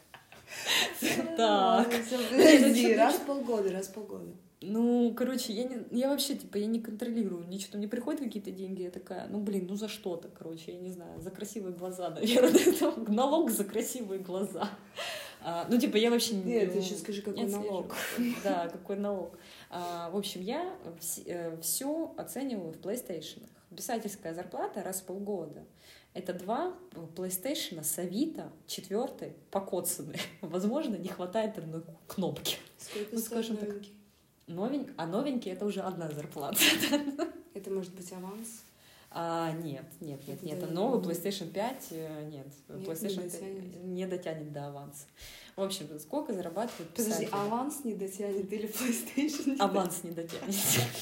Так. Подожди, раз в полгода. Ну, короче, я вообще, я не контролирую. Мне что-то, мне приходят какие-то деньги, я такая, ну за что-то, короче, я не знаю, за красивые глаза, наверное. Налог за красивые глаза. Я вообще не... Нет, ты еще скажи, какой налог. Да, какой налог. В общем, я все оцениваю в PlayStation. Писательская зарплата раз в полгода. Это 2 PlayStation с Авито, 4 покоцанные. Возможно, не хватает одной кнопки. Сколько скажем так. Новенький — это уже одна зарплата. Это может быть аванс? Нет. Новый PlayStation 5 нет. PlayStation 5 не дотянет до аванса. В общем, сколько зарабатывает писатель? Подожди, аванс не дотянет или PlayStation? Аванс не дотянет.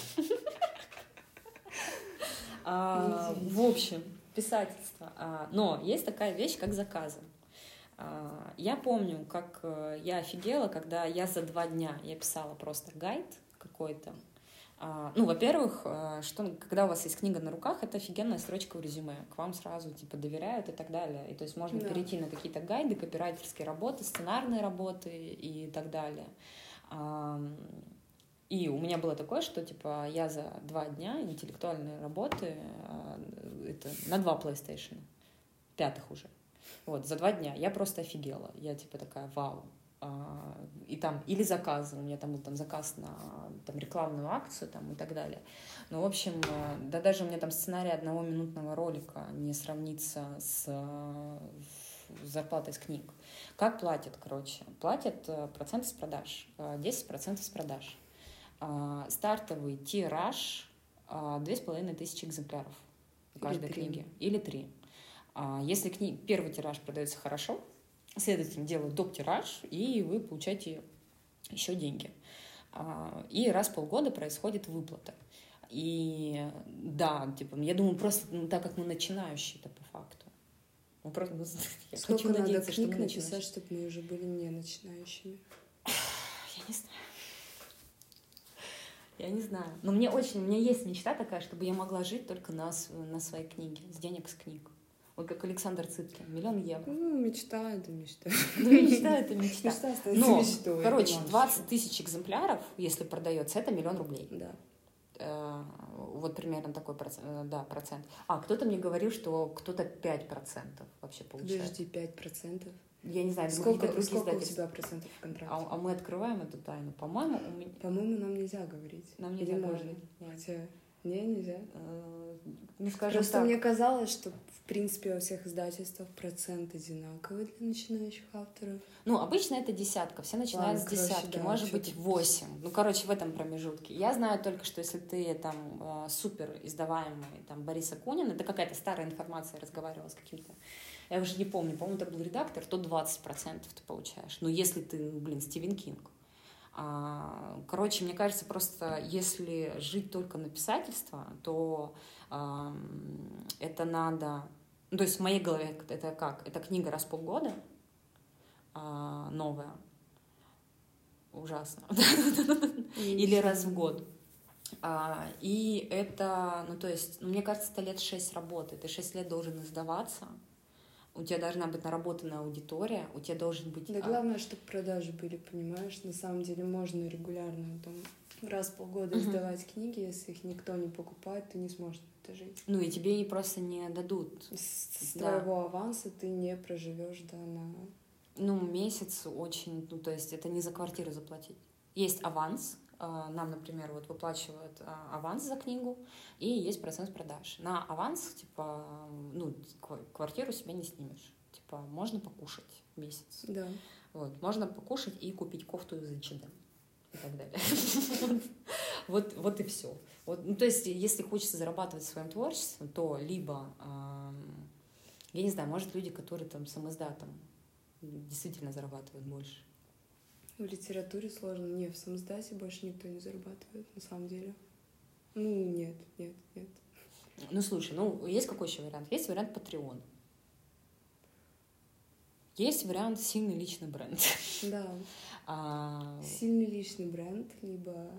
В общем, писательство. Но есть такая вещь, как заказы. Я помню, как я офигела, когда я за 2 дня я писала просто гайд какой-то. Во-первых, когда у вас есть книга на руках, это офигенная строчка в резюме. К вам сразу доверяют и так далее. И то есть можно перейти на какие-то гайды, копирайтерские работы, сценарные работы и так далее. И у меня было такое, что я за 2 дня интеллектуальные работы это на 2 PlayStation, 5 уже. Вот, за 2 дня я просто офигела. Я такая, вау. И там, или заказы. У меня там был заказ на рекламную акцию и так далее. Ну, в общем, да даже у меня там сценарий 1-минутного ролика не сравнится с зарплатой с книг. Как платят, короче? Платят проценты с продаж. 10% с продаж. Стартовый тираж 2500 экземпляров у каждой книги. Или 3. Если первый тираж продается хорошо, следовательно, делают доп-тираж, и вы получаете еще деньги. И раз в полгода происходит выплата. И да, я думаю, просто так как мы начинающие-то по факту. Я сколько надо надеяться, книг что написать, чтобы мы уже были не начинающими? Я не знаю. Но у меня есть мечта такая, чтобы я могла жить только на своей книге, с денег с книг. Вот как Александр Цыткин, 1 000 000 евро. Мечта — это мечта. Мечта — это мечта. Мечта остается мечтой. Короче, 20 000 экземпляров, если продается, это 1 000 000 рублей. Да. Вот примерно такой процент. Кто-то мне говорил, что кто-то 5% вообще получает. Подожди, 5%? Я не знаю, сколько у тебя процентов в контракте? А мы открываем эту тайну. По-моему, нам нельзя говорить. Нам нельзя говорить. Хотя... нельзя. Скажем Просто так. Мне казалось, что в принципе во всех издательствах процент одинаковый для начинающих авторов. Обычно это десятка. Все начинают с десятки, может быть 8. В этом промежутке. Я знаю только, что если ты супер издаваемый Борис Акунин, это какая-то старая информация, я разговаривала с каким-то, я уже не помню, по-моему, это был редактор, то 20% ты получаешь. Но если ты, Стивен Кинг. Мне кажется, просто если жить только на писательство, то это надо... то есть в моей голове это как? Это книга раз в полгода, новая. Ужасно. Или раз в год. И это, ну, то есть, мне кажется, это лет 6 работы. Ты 6 лет должен издаваться, у тебя должна быть наработанная аудитория, у тебя должен быть... Да, главное, чтобы продажи были, понимаешь? На самом деле можно регулярно, там, раз в полгода издавать книги, если их никто не покупает, ты не сможешь на это жить. Ну, и тебе просто не дадут. С твоего аванса ты не проживешь, да, на... Ну, месяц очень... Ну, то есть это не за квартиру заплатить. Есть аванс. Нам, например, вот выплачивают аванс за книгу, и есть процент продаж. На аванс, типа, ну, квартиру себе не снимешь. Типа, можно покушать месяц. Да. Вот, можно покушать и купить кофту из H&M и так далее. Вот и все. Ну, то есть, если хочется зарабатывать своим творчеством, то либо, я не знаю, может, люди, которые там самоиздатом действительно зарабатывают больше. В литературе сложно. Не, в самоиздате больше никто не зарабатывает, на самом деле. Ну, нет. Ну, слушай, есть какой еще вариант? Есть вариант Patreon. Есть вариант сильный личный бренд. Да. Сильный личный бренд, либо...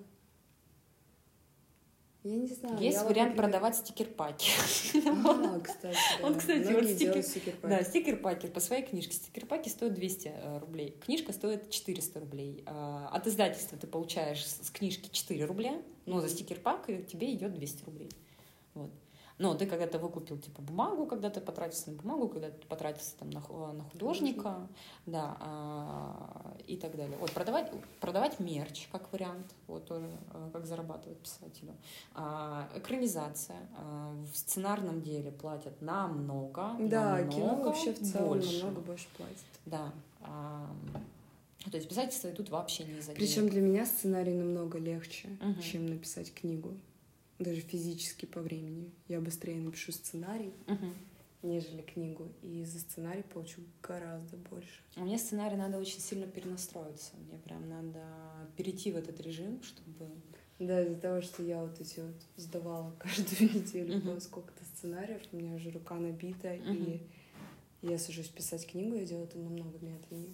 Я не знаю. Есть вариант продавать стикер-паки. Кстати, да. Он, кстати, многие делают стикер-паки. Да, стикер-паки по своей книжке. Стикер-паки стоят 200 рублей. Книжка стоит 400 рублей. От издательства ты получаешь с книжки 4 рубля, но за стикер-пак тебе идет 200 рублей. Вот. Но ты когда-то выкупил типа бумагу, когда ты потратился на бумагу, когда ты потратился там на художника, да, и так далее. Вот продавать мерч как вариант, вот тоже как зарабатывать писателю. Экранизация. В сценарном деле платят намного кино вообще в целом намного больше платят. Да. То есть писательство тут вообще не из-за денег. Причем для меня сценарий намного легче, чем написать книгу. Даже физически по времени. Я быстрее напишу сценарий, нежели книгу. И за сценарий получу гораздо больше. А мне сценарий надо очень сильно перенастроиться. Мне прям надо перейти в этот режим, чтобы... Да, из-за того, что я вот эти вот сдавала каждую неделю по сколько-то сценариев, у меня уже рука набита, и я сажусь писать книгу, я делаю это намного медленнее.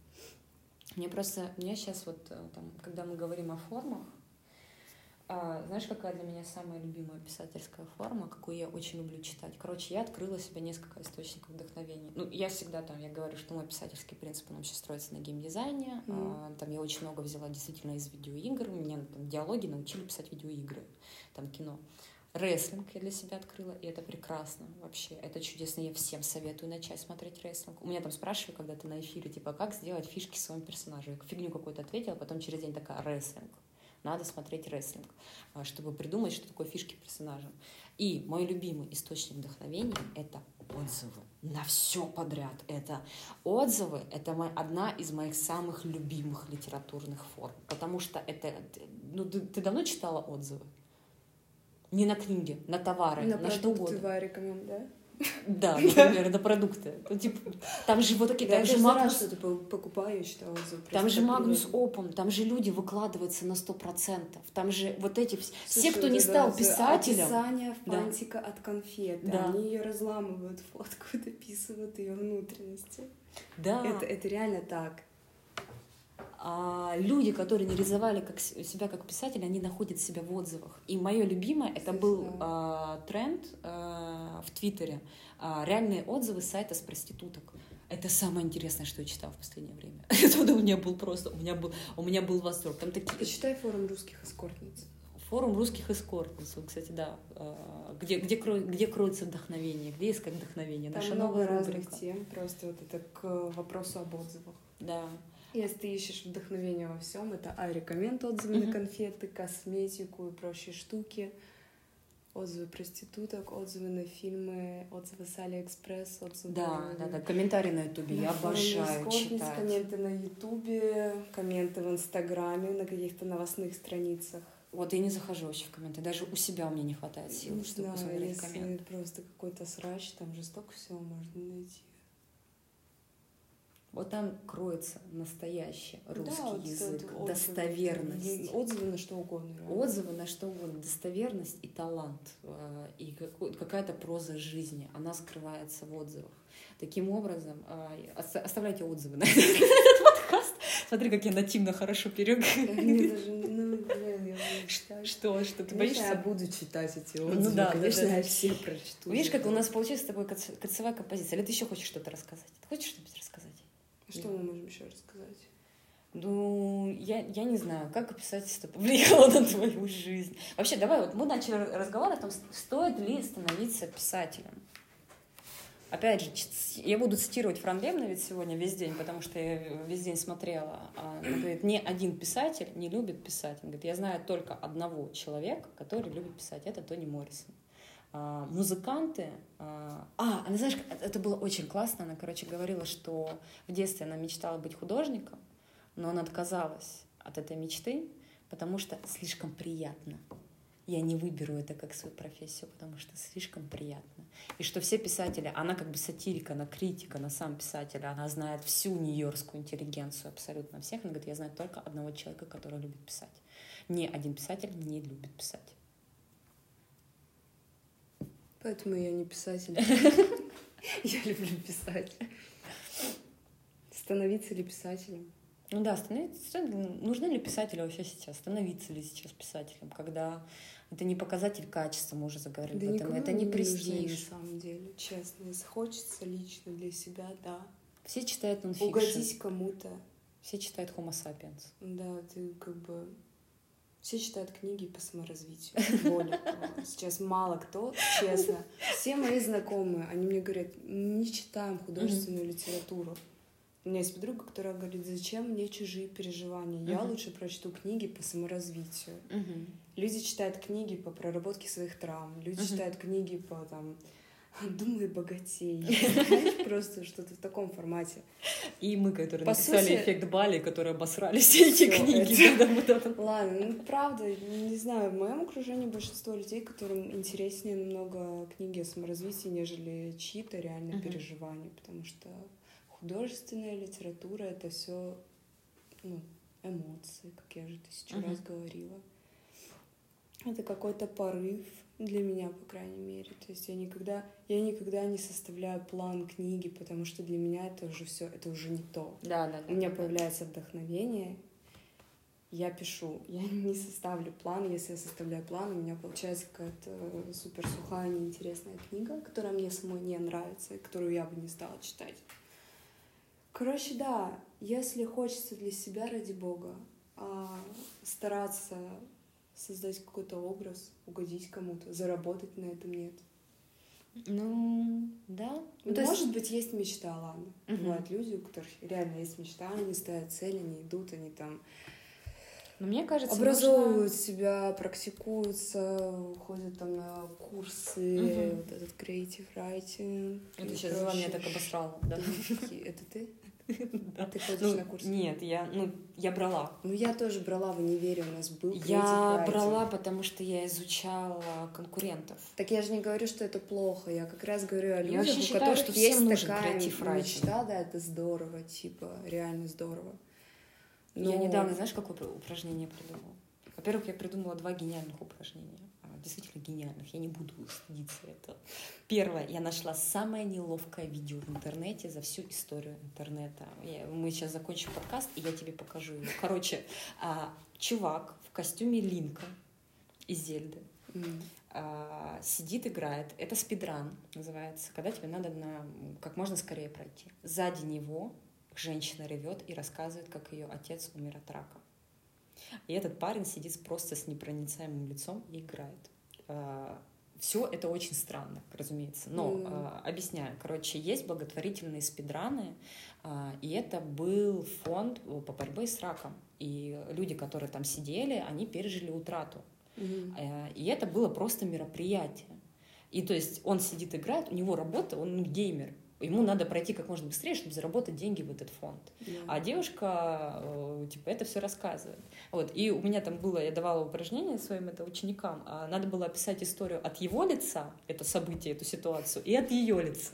Мне сейчас вот, там, когда мы говорим о формах, знаешь, какая для меня самая любимая писательская форма, какую я очень люблю читать? Короче, я открыла себе несколько источников вдохновения. Ну, я всегда там, я говорю, что мой писательский принцип, он вообще строится на геймдизайне. Там я очень много взяла действительно из видеоигр. Меня там диалоги научили писать видеоигры, там кино. Рестлинг я для себя открыла, и это прекрасно вообще. Это чудесно, я всем советую начать смотреть рестлинг. У меня там спрашивали когда-то на эфире, типа, как сделать фишки своему персонажу. Я фигню какую-то ответила, потом через день такая, рестлинг. Надо смотреть рестлинг, чтобы придумать, что такое фишки персонажам. И мой любимый источник вдохновения — это отзывы. На все подряд. Это отзывы — это одна из моих самых любимых литературных форм. Потому что это... Ну, ты давно читала отзывы? Не на книги, на товары, на что угодно. На продукты, да? Да, например, на продукты. Ну, типа, там же вот такие... Да, там же Магнус... что-то покупаю, читаю отзывы. Там же Магнус Опум, там же люди выкладываются на 100%. Там же вот эти... Все, кто не стал писателем... Описание фантика от конфеты. Да. Они ее разламывают, фотку, дописывают ее внутренности. Да. Это реально так. А люди, которые не реализовали себя как писателя, они находят себя в отзывах. И мое любимое, это был тренд в Твиттере. Реальные отзывы сайта с проституток. Это самое интересное, что я читала в последнее время. Это у меня был просто... У меня был восторг. Там такие... Почитай форум русских эскортниц. Форум русских эскортниц. Вот, кстати, да. Где кроется вдохновение? Где искать вдохновение? Там наша много новая разных рубрика. тем. Просто вот это к вопросу об отзывах. Да. Если ты ищешь вдохновение во всем, это iRecommend отзывы на конфеты, косметику и прочие штуки, отзывы проституток, отзывы на фильмы, отзывы с Алиэкспресс, отзывы... Да, комментарии на Ютубе, я обожаю читать. Комменты на Ютубе, комменты в Инстаграме, на каких-то новостных страницах. Вот я не захожу вообще в комменты, даже у себя мне не хватает сил, чтобы посмотреть комменты. Если просто какой-то срач, там же столько всего можно найти. Вот там кроется настоящий русский язык, отзывы, достоверность. Отзывы на что угодно. Реально. Отзывы на что угодно, достоверность и талант, и какая-то проза жизни, она скрывается в отзывах. Таким образом, оставляйте отзывы на этот подкаст. Смотри, как я нативно хорошо переговорю. Что ты Конечно, боишься? я буду читать эти отзывы. Ну да, конечно, да. я все прочту. Видишь, как у нас получилась с тобой кольцевая композиция. Или ты еще хочешь что-то рассказать? Ты хочешь что-нибудь рассказать? Что мы можем еще рассказать? Ну, я не знаю, как писательство повлияло на твою жизнь. Вообще, давай, вот мы начали разговор о том, стоит ли становиться писателем. Опять же, я буду цитировать Фран Лебович сегодня весь день, потому что я весь день смотрела. Он говорит, ни один писатель не любит писать. Он говорит, я знаю только одного человека, который любит писать. Это Тони Моррисон. Музыканты... она, знаешь, это было очень классно. Она, говорила, что в детстве она мечтала быть художником, но она отказалась от этой мечты, потому что слишком приятно. Я не выберу это как свою профессию, потому что слишком приятно. И что все писатели, она как бы сатирик, она критик, она сам писатель, она знает всю нью-йоркскую интеллигенцию абсолютно всех. Она говорит, я знаю только одного человека, который любит писать. Ни один писатель не любит писать. Поэтому я не писатель. Я люблю писать. Становиться ли писателем? Ну да, нужны ли писатели вообще сейчас? Становиться ли сейчас писателем, когда это не показатель качества, мы уже заговорили об этом, это не престиж. На самом деле, честно, если хочется лично для себя, да. Все читают нонфикшн. Угодить кому-то. Все читают Homo sapiens. Да, ты все читают книги по саморазвитию. Более того, сейчас мало кто, честно. Все мои знакомые, они мне говорят, не читаем художественную литературу. У меня есть подруга, которая говорит, зачем мне чужие переживания? Я лучше прочту книги по саморазвитию. Люди читают книги по проработке своих травм. Люди читают книги по «Думай богатей». Знаешь, просто что-то в таком формате. И мы, которые написали «Эффект Бали», которые обосрали все эти книги. Ладно, правда, не знаю, в моем окружении большинство людей, которым интереснее намного книги о саморазвитии, нежели чьи-то реально переживания, потому что художественная литература — это все эмоции, как я уже тысячу раз говорила. Это какой-то порыв для меня, по крайней мере. То есть я никогда не составляю план книги, потому что для меня это уже все, это уже не то. Да. У меня появляется вдохновение, я пишу. Я не составлю план. Если я составляю план, у меня получается какая-то супер сухая, неинтересная книга, которая мне самой не нравится, и которую я бы не стала читать. Короче, да, если хочется для себя, ради бога, стараться создать какой-то образ, угодить кому-то, заработать на этом нет. Ну, да. Может быть, есть мечта, ладно. Бывают люди, у которых реально есть мечта, они ставят цель, они идут, они там мне кажется, образовывают себя, практикуются, ходят там на курсы, вот этот creative writing. Это сейчас за меня так обосрала, да? Это ты? Да. Ты ходишь на курсы? Нет, я брала. Я тоже брала в универе, у нас был Я брала, потому что я изучала конкурентов. Так я же не говорю, что это плохо, я как раз говорю о людях, у считаю, которых что есть нужен такая мечта, да, это здорово, реально здорово. Я недавно, знаешь, какое упражнение придумала? Во-первых, я придумала 2 гениальных упражнения. Действительно гениальных, я не буду стыдиться этого. Первое, я нашла самое неловкое видео в интернете за всю историю интернета. Мы сейчас закончим подкаст, и я тебе покажу его. Короче, чувак в костюме Линка из Зельды сидит, играет. Это спидран называется, когда тебе надо как можно скорее пройти. Сзади него женщина ревет и рассказывает, как ее отец умер от рака. И этот парень сидит просто с непроницаемым лицом и играет. Все это очень странно, разумеется. Но объясняю. Короче, есть благотворительные спидраны, и это был фонд по борьбе с раком. И люди, которые там сидели, они пережили утрату. И это было просто мероприятие. И то есть он сидит, играет, у него работа, он геймер. Ему надо пройти как можно быстрее, чтобы заработать деньги в этот фонд. А девушка, это все рассказывает. Вот. И у меня там было, я давала упражнение своим ученикам, надо было описать историю от его лица, это событие, эту ситуацию, и от ее лица.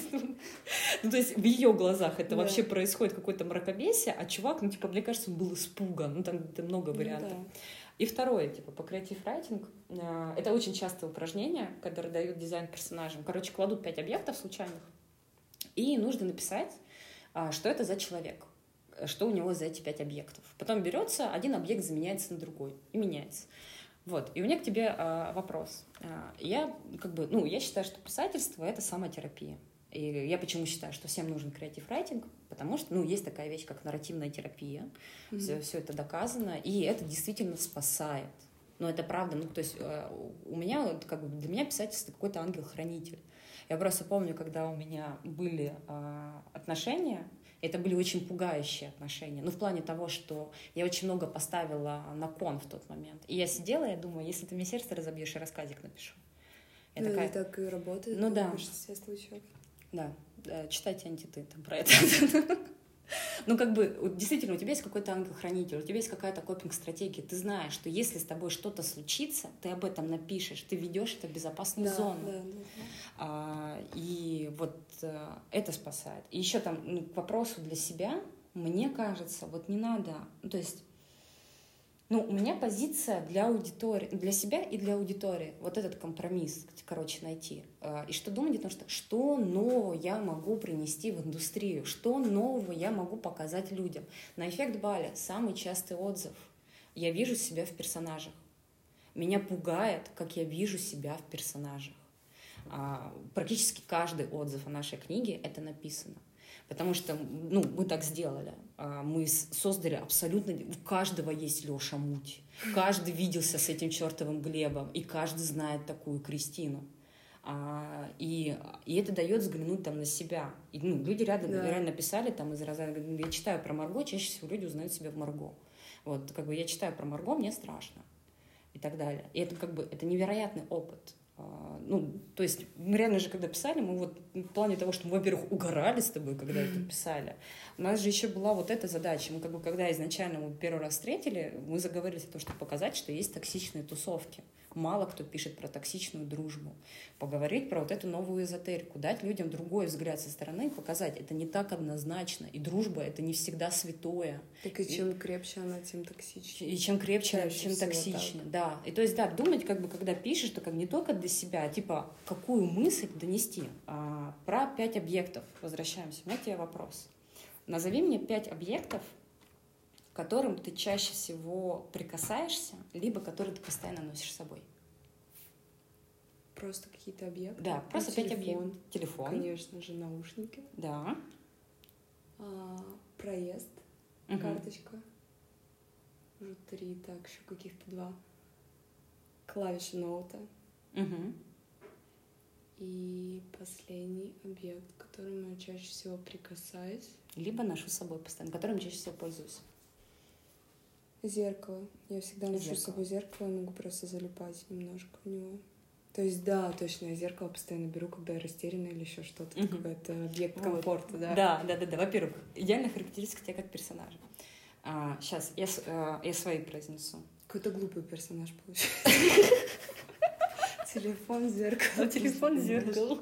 То есть в ее глазах это вообще происходит какое-то мракобесие, а чувак, мне кажется, он был испуган. Там много вариантов. И второе, по creative writing, это очень частое упражнение, которое дают дизайн персонажам. Короче, кладут 5 объектов случайных, и нужно написать, что это за человек, что у него за эти 5 объектов. Потом берется, один объект заменяется на другой и меняется. Вот, и у меня к тебе вопрос. Я я считаю, что писательство — это самотерапия. И я почему считаю, что всем нужен креатив-райтинг? Потому что, есть такая вещь, как нарративная терапия. Все это доказано, и это действительно спасает. Но это правда. То есть у меня, для меня писательство — какой-то ангел-хранитель. Я просто помню, когда у меня были отношения, это были очень пугающие отношения. В плане того, что я очень много поставила на кон в тот момент. И я сидела, я думаю, если ты мне сердце разобьешь, я рассказик напишу. Я такая... Это так и работает в большинстве случаев. Да, читайте антиты там про это. Действительно, у тебя есть какой-то ангел-хранитель, у тебя есть какая-то копинг-стратегия. Ты знаешь, что если с тобой что-то случится, ты об этом напишешь, ты ведешь это в безопасную зону. И вот это спасает. И еще там к вопросу для себя, мне кажется, не надо... у меня позиция для аудитории, для себя и для аудитории. Вот этот компромисс, найти. И что думать о том, что нового я могу принести в индустрию, что нового я могу показать людям. На эффект Баля самый частый отзыв: я вижу себя в персонажах. Меня пугает, как я вижу себя в персонажах. Практически каждый отзыв о нашей книге — это написано. Потому что, мы так сделали. Мы создали абсолютно... У каждого есть Леша Муть. Каждый виделся с этим чертовым Глебом. И каждый знает такую Кристину. И это дает взглянуть на себя. И, люди реально писали из раза... Я читаю про Марго, чаще всего люди узнают себя в Марго. Вот, я читаю про Марго, мне страшно. И так далее. И это невероятный опыт. То есть мы реально же, когда писали, мы в плане того, что мы, во-первых, угорали с тобой, когда это писали, у нас же еще была эта задача. Мы когда изначально мы первый раз встретили, мы заговорились о том, чтобы показать, что есть токсичные тусовки. Мало кто пишет про токсичную дружбу. Поговорить про эту новую эзотерику, дать людям другой взгляд со стороны, показать, это не так однозначно. И дружба — это не всегда святое. Так и чем крепче она, тем токсичнее. И чем крепче, тем токсичнее. Да. И то есть, думать, когда пишешь, то не только для себя, какую мысль донести. Про 5 объектов возвращаемся. У меня к тебе вопрос. Назови мне 5 объектов, к которым ты чаще всего прикасаешься, либо которые ты постоянно носишь с собой. Просто какие-то объекты? Да, просто 5 объектов. Телефон. Конечно же, наушники. Да. Проезд. Карточка. Уже 3, так, еще каких-то 2. Клавиши ноута. И последний объект, к которому я чаще всего прикасаюсь. Либо ношу с собой постоянно, которым чаще всего пользуюсь. Зеркало. Я всегда ношу с собой зеркало, я могу просто залипать немножко в него. То есть, да, точно, я зеркало постоянно беру, когда я растеряна или еще что-то. Какой-то объект комфорта, да. Да. Во-первых, идеальная характеристика тебя как персонажа. Сейчас я свои произнесу. Какой-то глупый персонаж получается. Телефон, зеркало. Телефон, зеркало.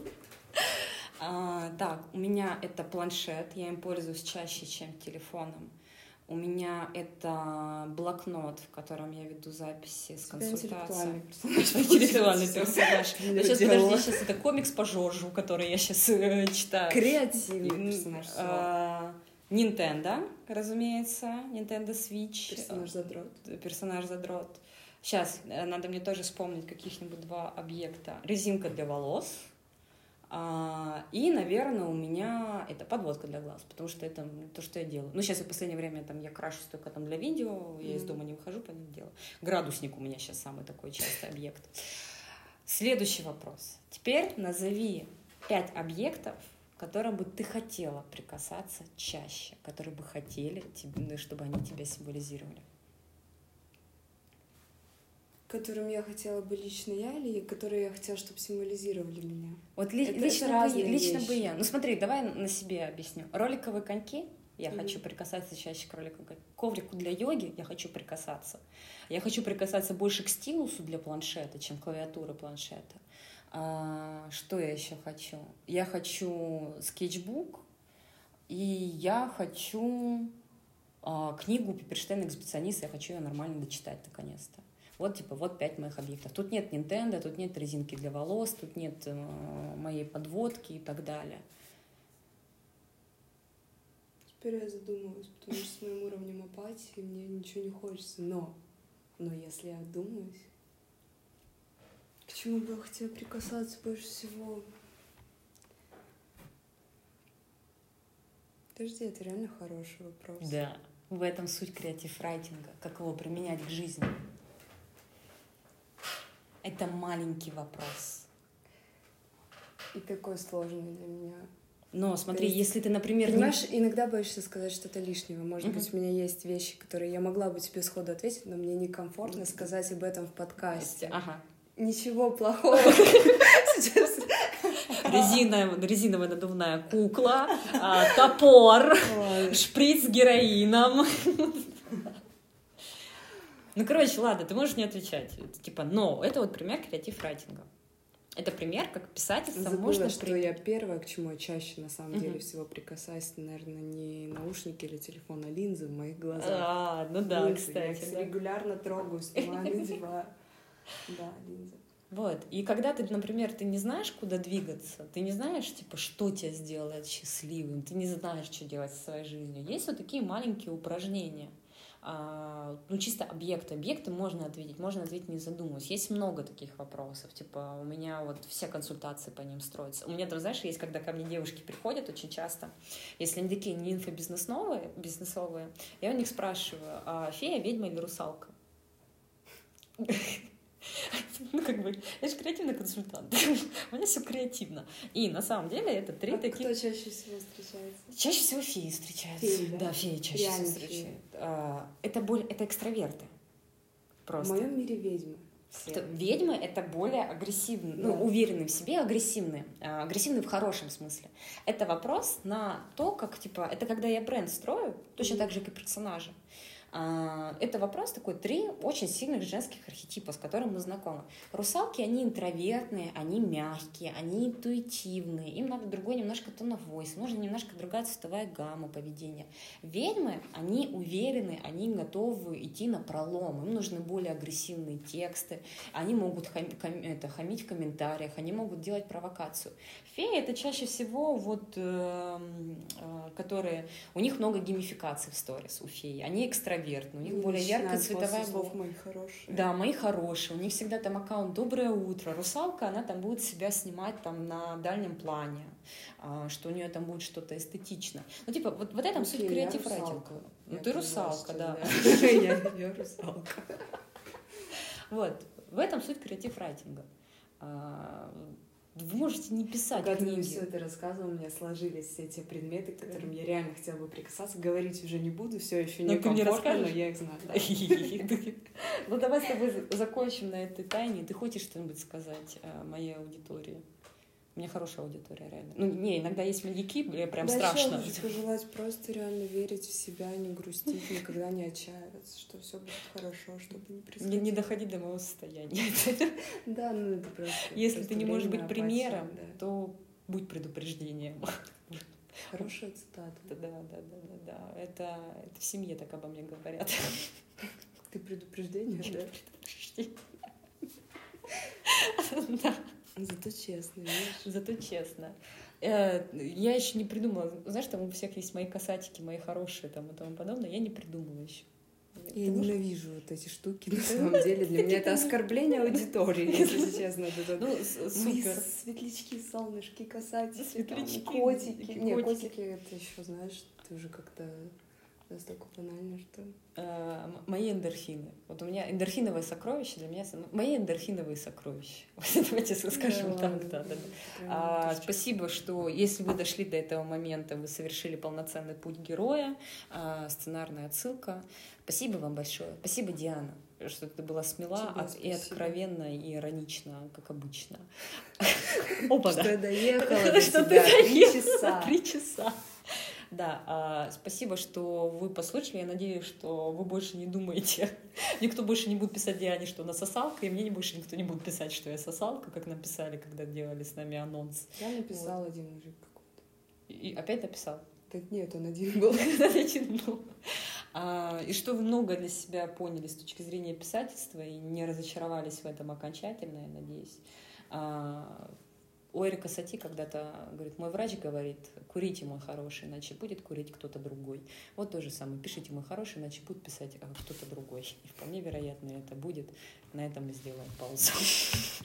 Так, у меня это планшет, я им пользуюсь чаще, чем телефоном. У меня это блокнот, в котором я веду записи с консультацией. Интеллектуальный персонаж. Сейчас, подожди, сейчас это комикс по Жоржу, который я сейчас читаю. Креативный персонаж. Nintendo, разумеется, Nintendo Switch. Персонаж-задрот. Сейчас надо мне тоже вспомнить каких-нибудь 2 объекта. Резинка для волос. И, наверное, у меня это подводка для глаз, потому что это то, что я делаю. Сейчас в последнее время я крашусь только для видео, я из дома не выхожу, по ним делаю. Градусник у меня сейчас самый такой частый объект. Следующий вопрос. Теперь назови 5 объектов, к которым бы ты хотела прикасаться чаще, которые бы хотели, чтобы они тебя символизировали. Которым я хотела бы лично я, или которые я хотела, чтобы символизировали меня? Лично бы я. Смотри, давай на себе объясню. Роликовые коньки, я хочу прикасаться чаще к роликовым конькам. Коврику для йоги я хочу прикасаться. Я хочу прикасаться больше к стилусу для планшета, чем клавиатуры планшета. Что я еще хочу? Я хочу скетчбук, и я хочу книгу Пепперштейна «Эксбиционист», я хочу ее нормально дочитать наконец-то. Вот 5 моих объектов. Тут нет Nintendo, тут нет резинки для волос, тут нет моей подводки и так далее. Теперь я задумалась, потому что с моим уровнем апатии мне ничего не хочется. Но если я вдумаюсь, чему бы я хотела прикасаться больше всего? Подожди, это реально хороший вопрос. Да, в этом суть креатив-райтинга, как его применять к жизни. Это маленький вопрос. И такой сложный для меня. Но смотри, если ты, например... Понимаешь, иногда боишься сказать что-то лишнего. Может быть, у меня есть вещи, которые я могла бы тебе сходу ответить, но мне некомфортно сказать об этом в подкасте. Ага. Ничего плохого сейчас. Резиновая надувная кукла, топор, шприц с героином. Ну, короче, ладно, ты можешь не отвечать. Типа, но это вот пример креатив-райтинга. Это пример, как писательство можно... что я первое, к чему я чаще, на самом деле, всего прикасаюсь, наверное, не наушники или телефон, а линзы в моих глазах. Ну да, линзы. кстати. Я их регулярно трогаю, снимаю, надеваю. Да, линзы. Вот. И когда ты, например, ты не знаешь, куда двигаться, ты не знаешь, типа, что тебя сделает счастливым, ты не знаешь, что делать со своей жизнью. Есть вот такие маленькие упражнения. Ну, чисто объекты. Объекты можно ответить не задумываясь. Есть много таких вопросов. Типа, у меня вот все консультации по ним строятся. У меня там, знаешь, есть, когда ко мне девушки приходят очень часто, если они такие не инфобизнесовые, я у них спрашиваю, фея, ведьма или русалка? Ну, как бы, я же креативный консультант. У меня все креативно. И на самом деле это три таких... Кто чаще всего встречается? Чаще всего феи встречаются. Феи, да? Да, феи чаще всего встречаются. Это экстраверты. Просто. В моем мире ведьмы. Ведьмы — это более агрессивные, ну, уверенные в себе, агрессивные. Агрессивные в хорошем смысле. Это вопрос на то, как, типа, это когда я бренд строю, точно так же, как и персонажи. Это вопрос такой, 3 очень сильных женских архетипа, с которыми мы знакомы. Русалки, они интровертные, они мягкие, они интуитивные, им надо другой немножко tone of voice, нужна немножко другая цветовая гамма поведения. Ведьмы, они уверены, они готовы идти на пролом, им нужны более агрессивные тексты, они могут хамить в комментариях, они могут делать провокацию. Феи — это чаще всего вот, которые... У них много геймификаций в сторис у феи, они экстравертны, у них более яркая цветовая гамма. Мои хорошие. Да, мои хорошие. У них всегда там аккаунт «Доброе утро». Русалка, она там будет себя снимать там на дальнем плане, что у нее там будет что-то эстетично. Ну, типа, вот в этом суть креатив-райтинга. Ну, ты русалка, да. Я русалка. Вот, в этом суть креатив-райтинга. Вы можете не писать Когда книги. ты все это рассказывала, у меня сложились все те предметы, к которым я реально хотела бы прикасаться. Говорить уже не буду, все еще некомфортно, но я их знаю. Ну, давай с тобой закончим на этой тайне. Ты хочешь что-нибудь сказать моей аудитории? У меня хорошая аудитория, реально. Ну, не, иногда есть маньяки, прям страшно. Да, пожелать просто реально верить в себя, не грустить, никогда не отчаиваться, что все будет хорошо, чтобы не происходило. Не доходить до моего состояния. Да, ну это просто... Если ты не можешь быть примером, то будь предупреждением. Хорошая цитата. Да. Это в семье так обо мне говорят. Ты предупреждение, да? Предупреждение. Да. Зато честно, видишь? Зато честно. Я еще не придумала. Знаешь, там у всех есть мои косатики, мои хорошие там и тому подобное. Я не придумала еще. Я ненавижу вот эти штуки, на самом деле. Для меня это оскорбление аудитории, если честно. Ну, супер. Светлячки, солнышки, косатики, котики. Не, котики, это еще, знаешь, ты уже как-то настолько банально, что... Мои эндорфины. Вот у меня эндорфиновое сокровище для меня... Мои эндорфиновые сокровища. Давайте скажем так. Да. Спасибо, что если вы дошли до этого момента, вы совершили полноценный путь героя. Сценарная отсылка. Спасибо вам большое. Спасибо, Диана, что ты была смела и откровенна, и иронична, как обычно. Что я доехала до тебя 3 часа. Да, спасибо, что вы послушали. Я надеюсь, что вы больше не думаете. Никто больше не будет писать Диане, что она сосалка, и мне больше никто не будет писать, что я сосалка, как написали, когда делали с нами анонс. Я написал один мужик какой-то. И опять написал? Так нет, он один был. И что вы много для себя поняли с точки зрения писательства и не разочаровались в этом окончательно, я надеюсь. У Эрика Сати когда-то, говорит, мой врач говорит, курите, мой хороший, иначе будет курить кто-то другой. Вот то же самое, пишите, мой хороший, иначе будет писать кто-то другой. И вполне вероятно это будет. На этом мы сделаем паузу.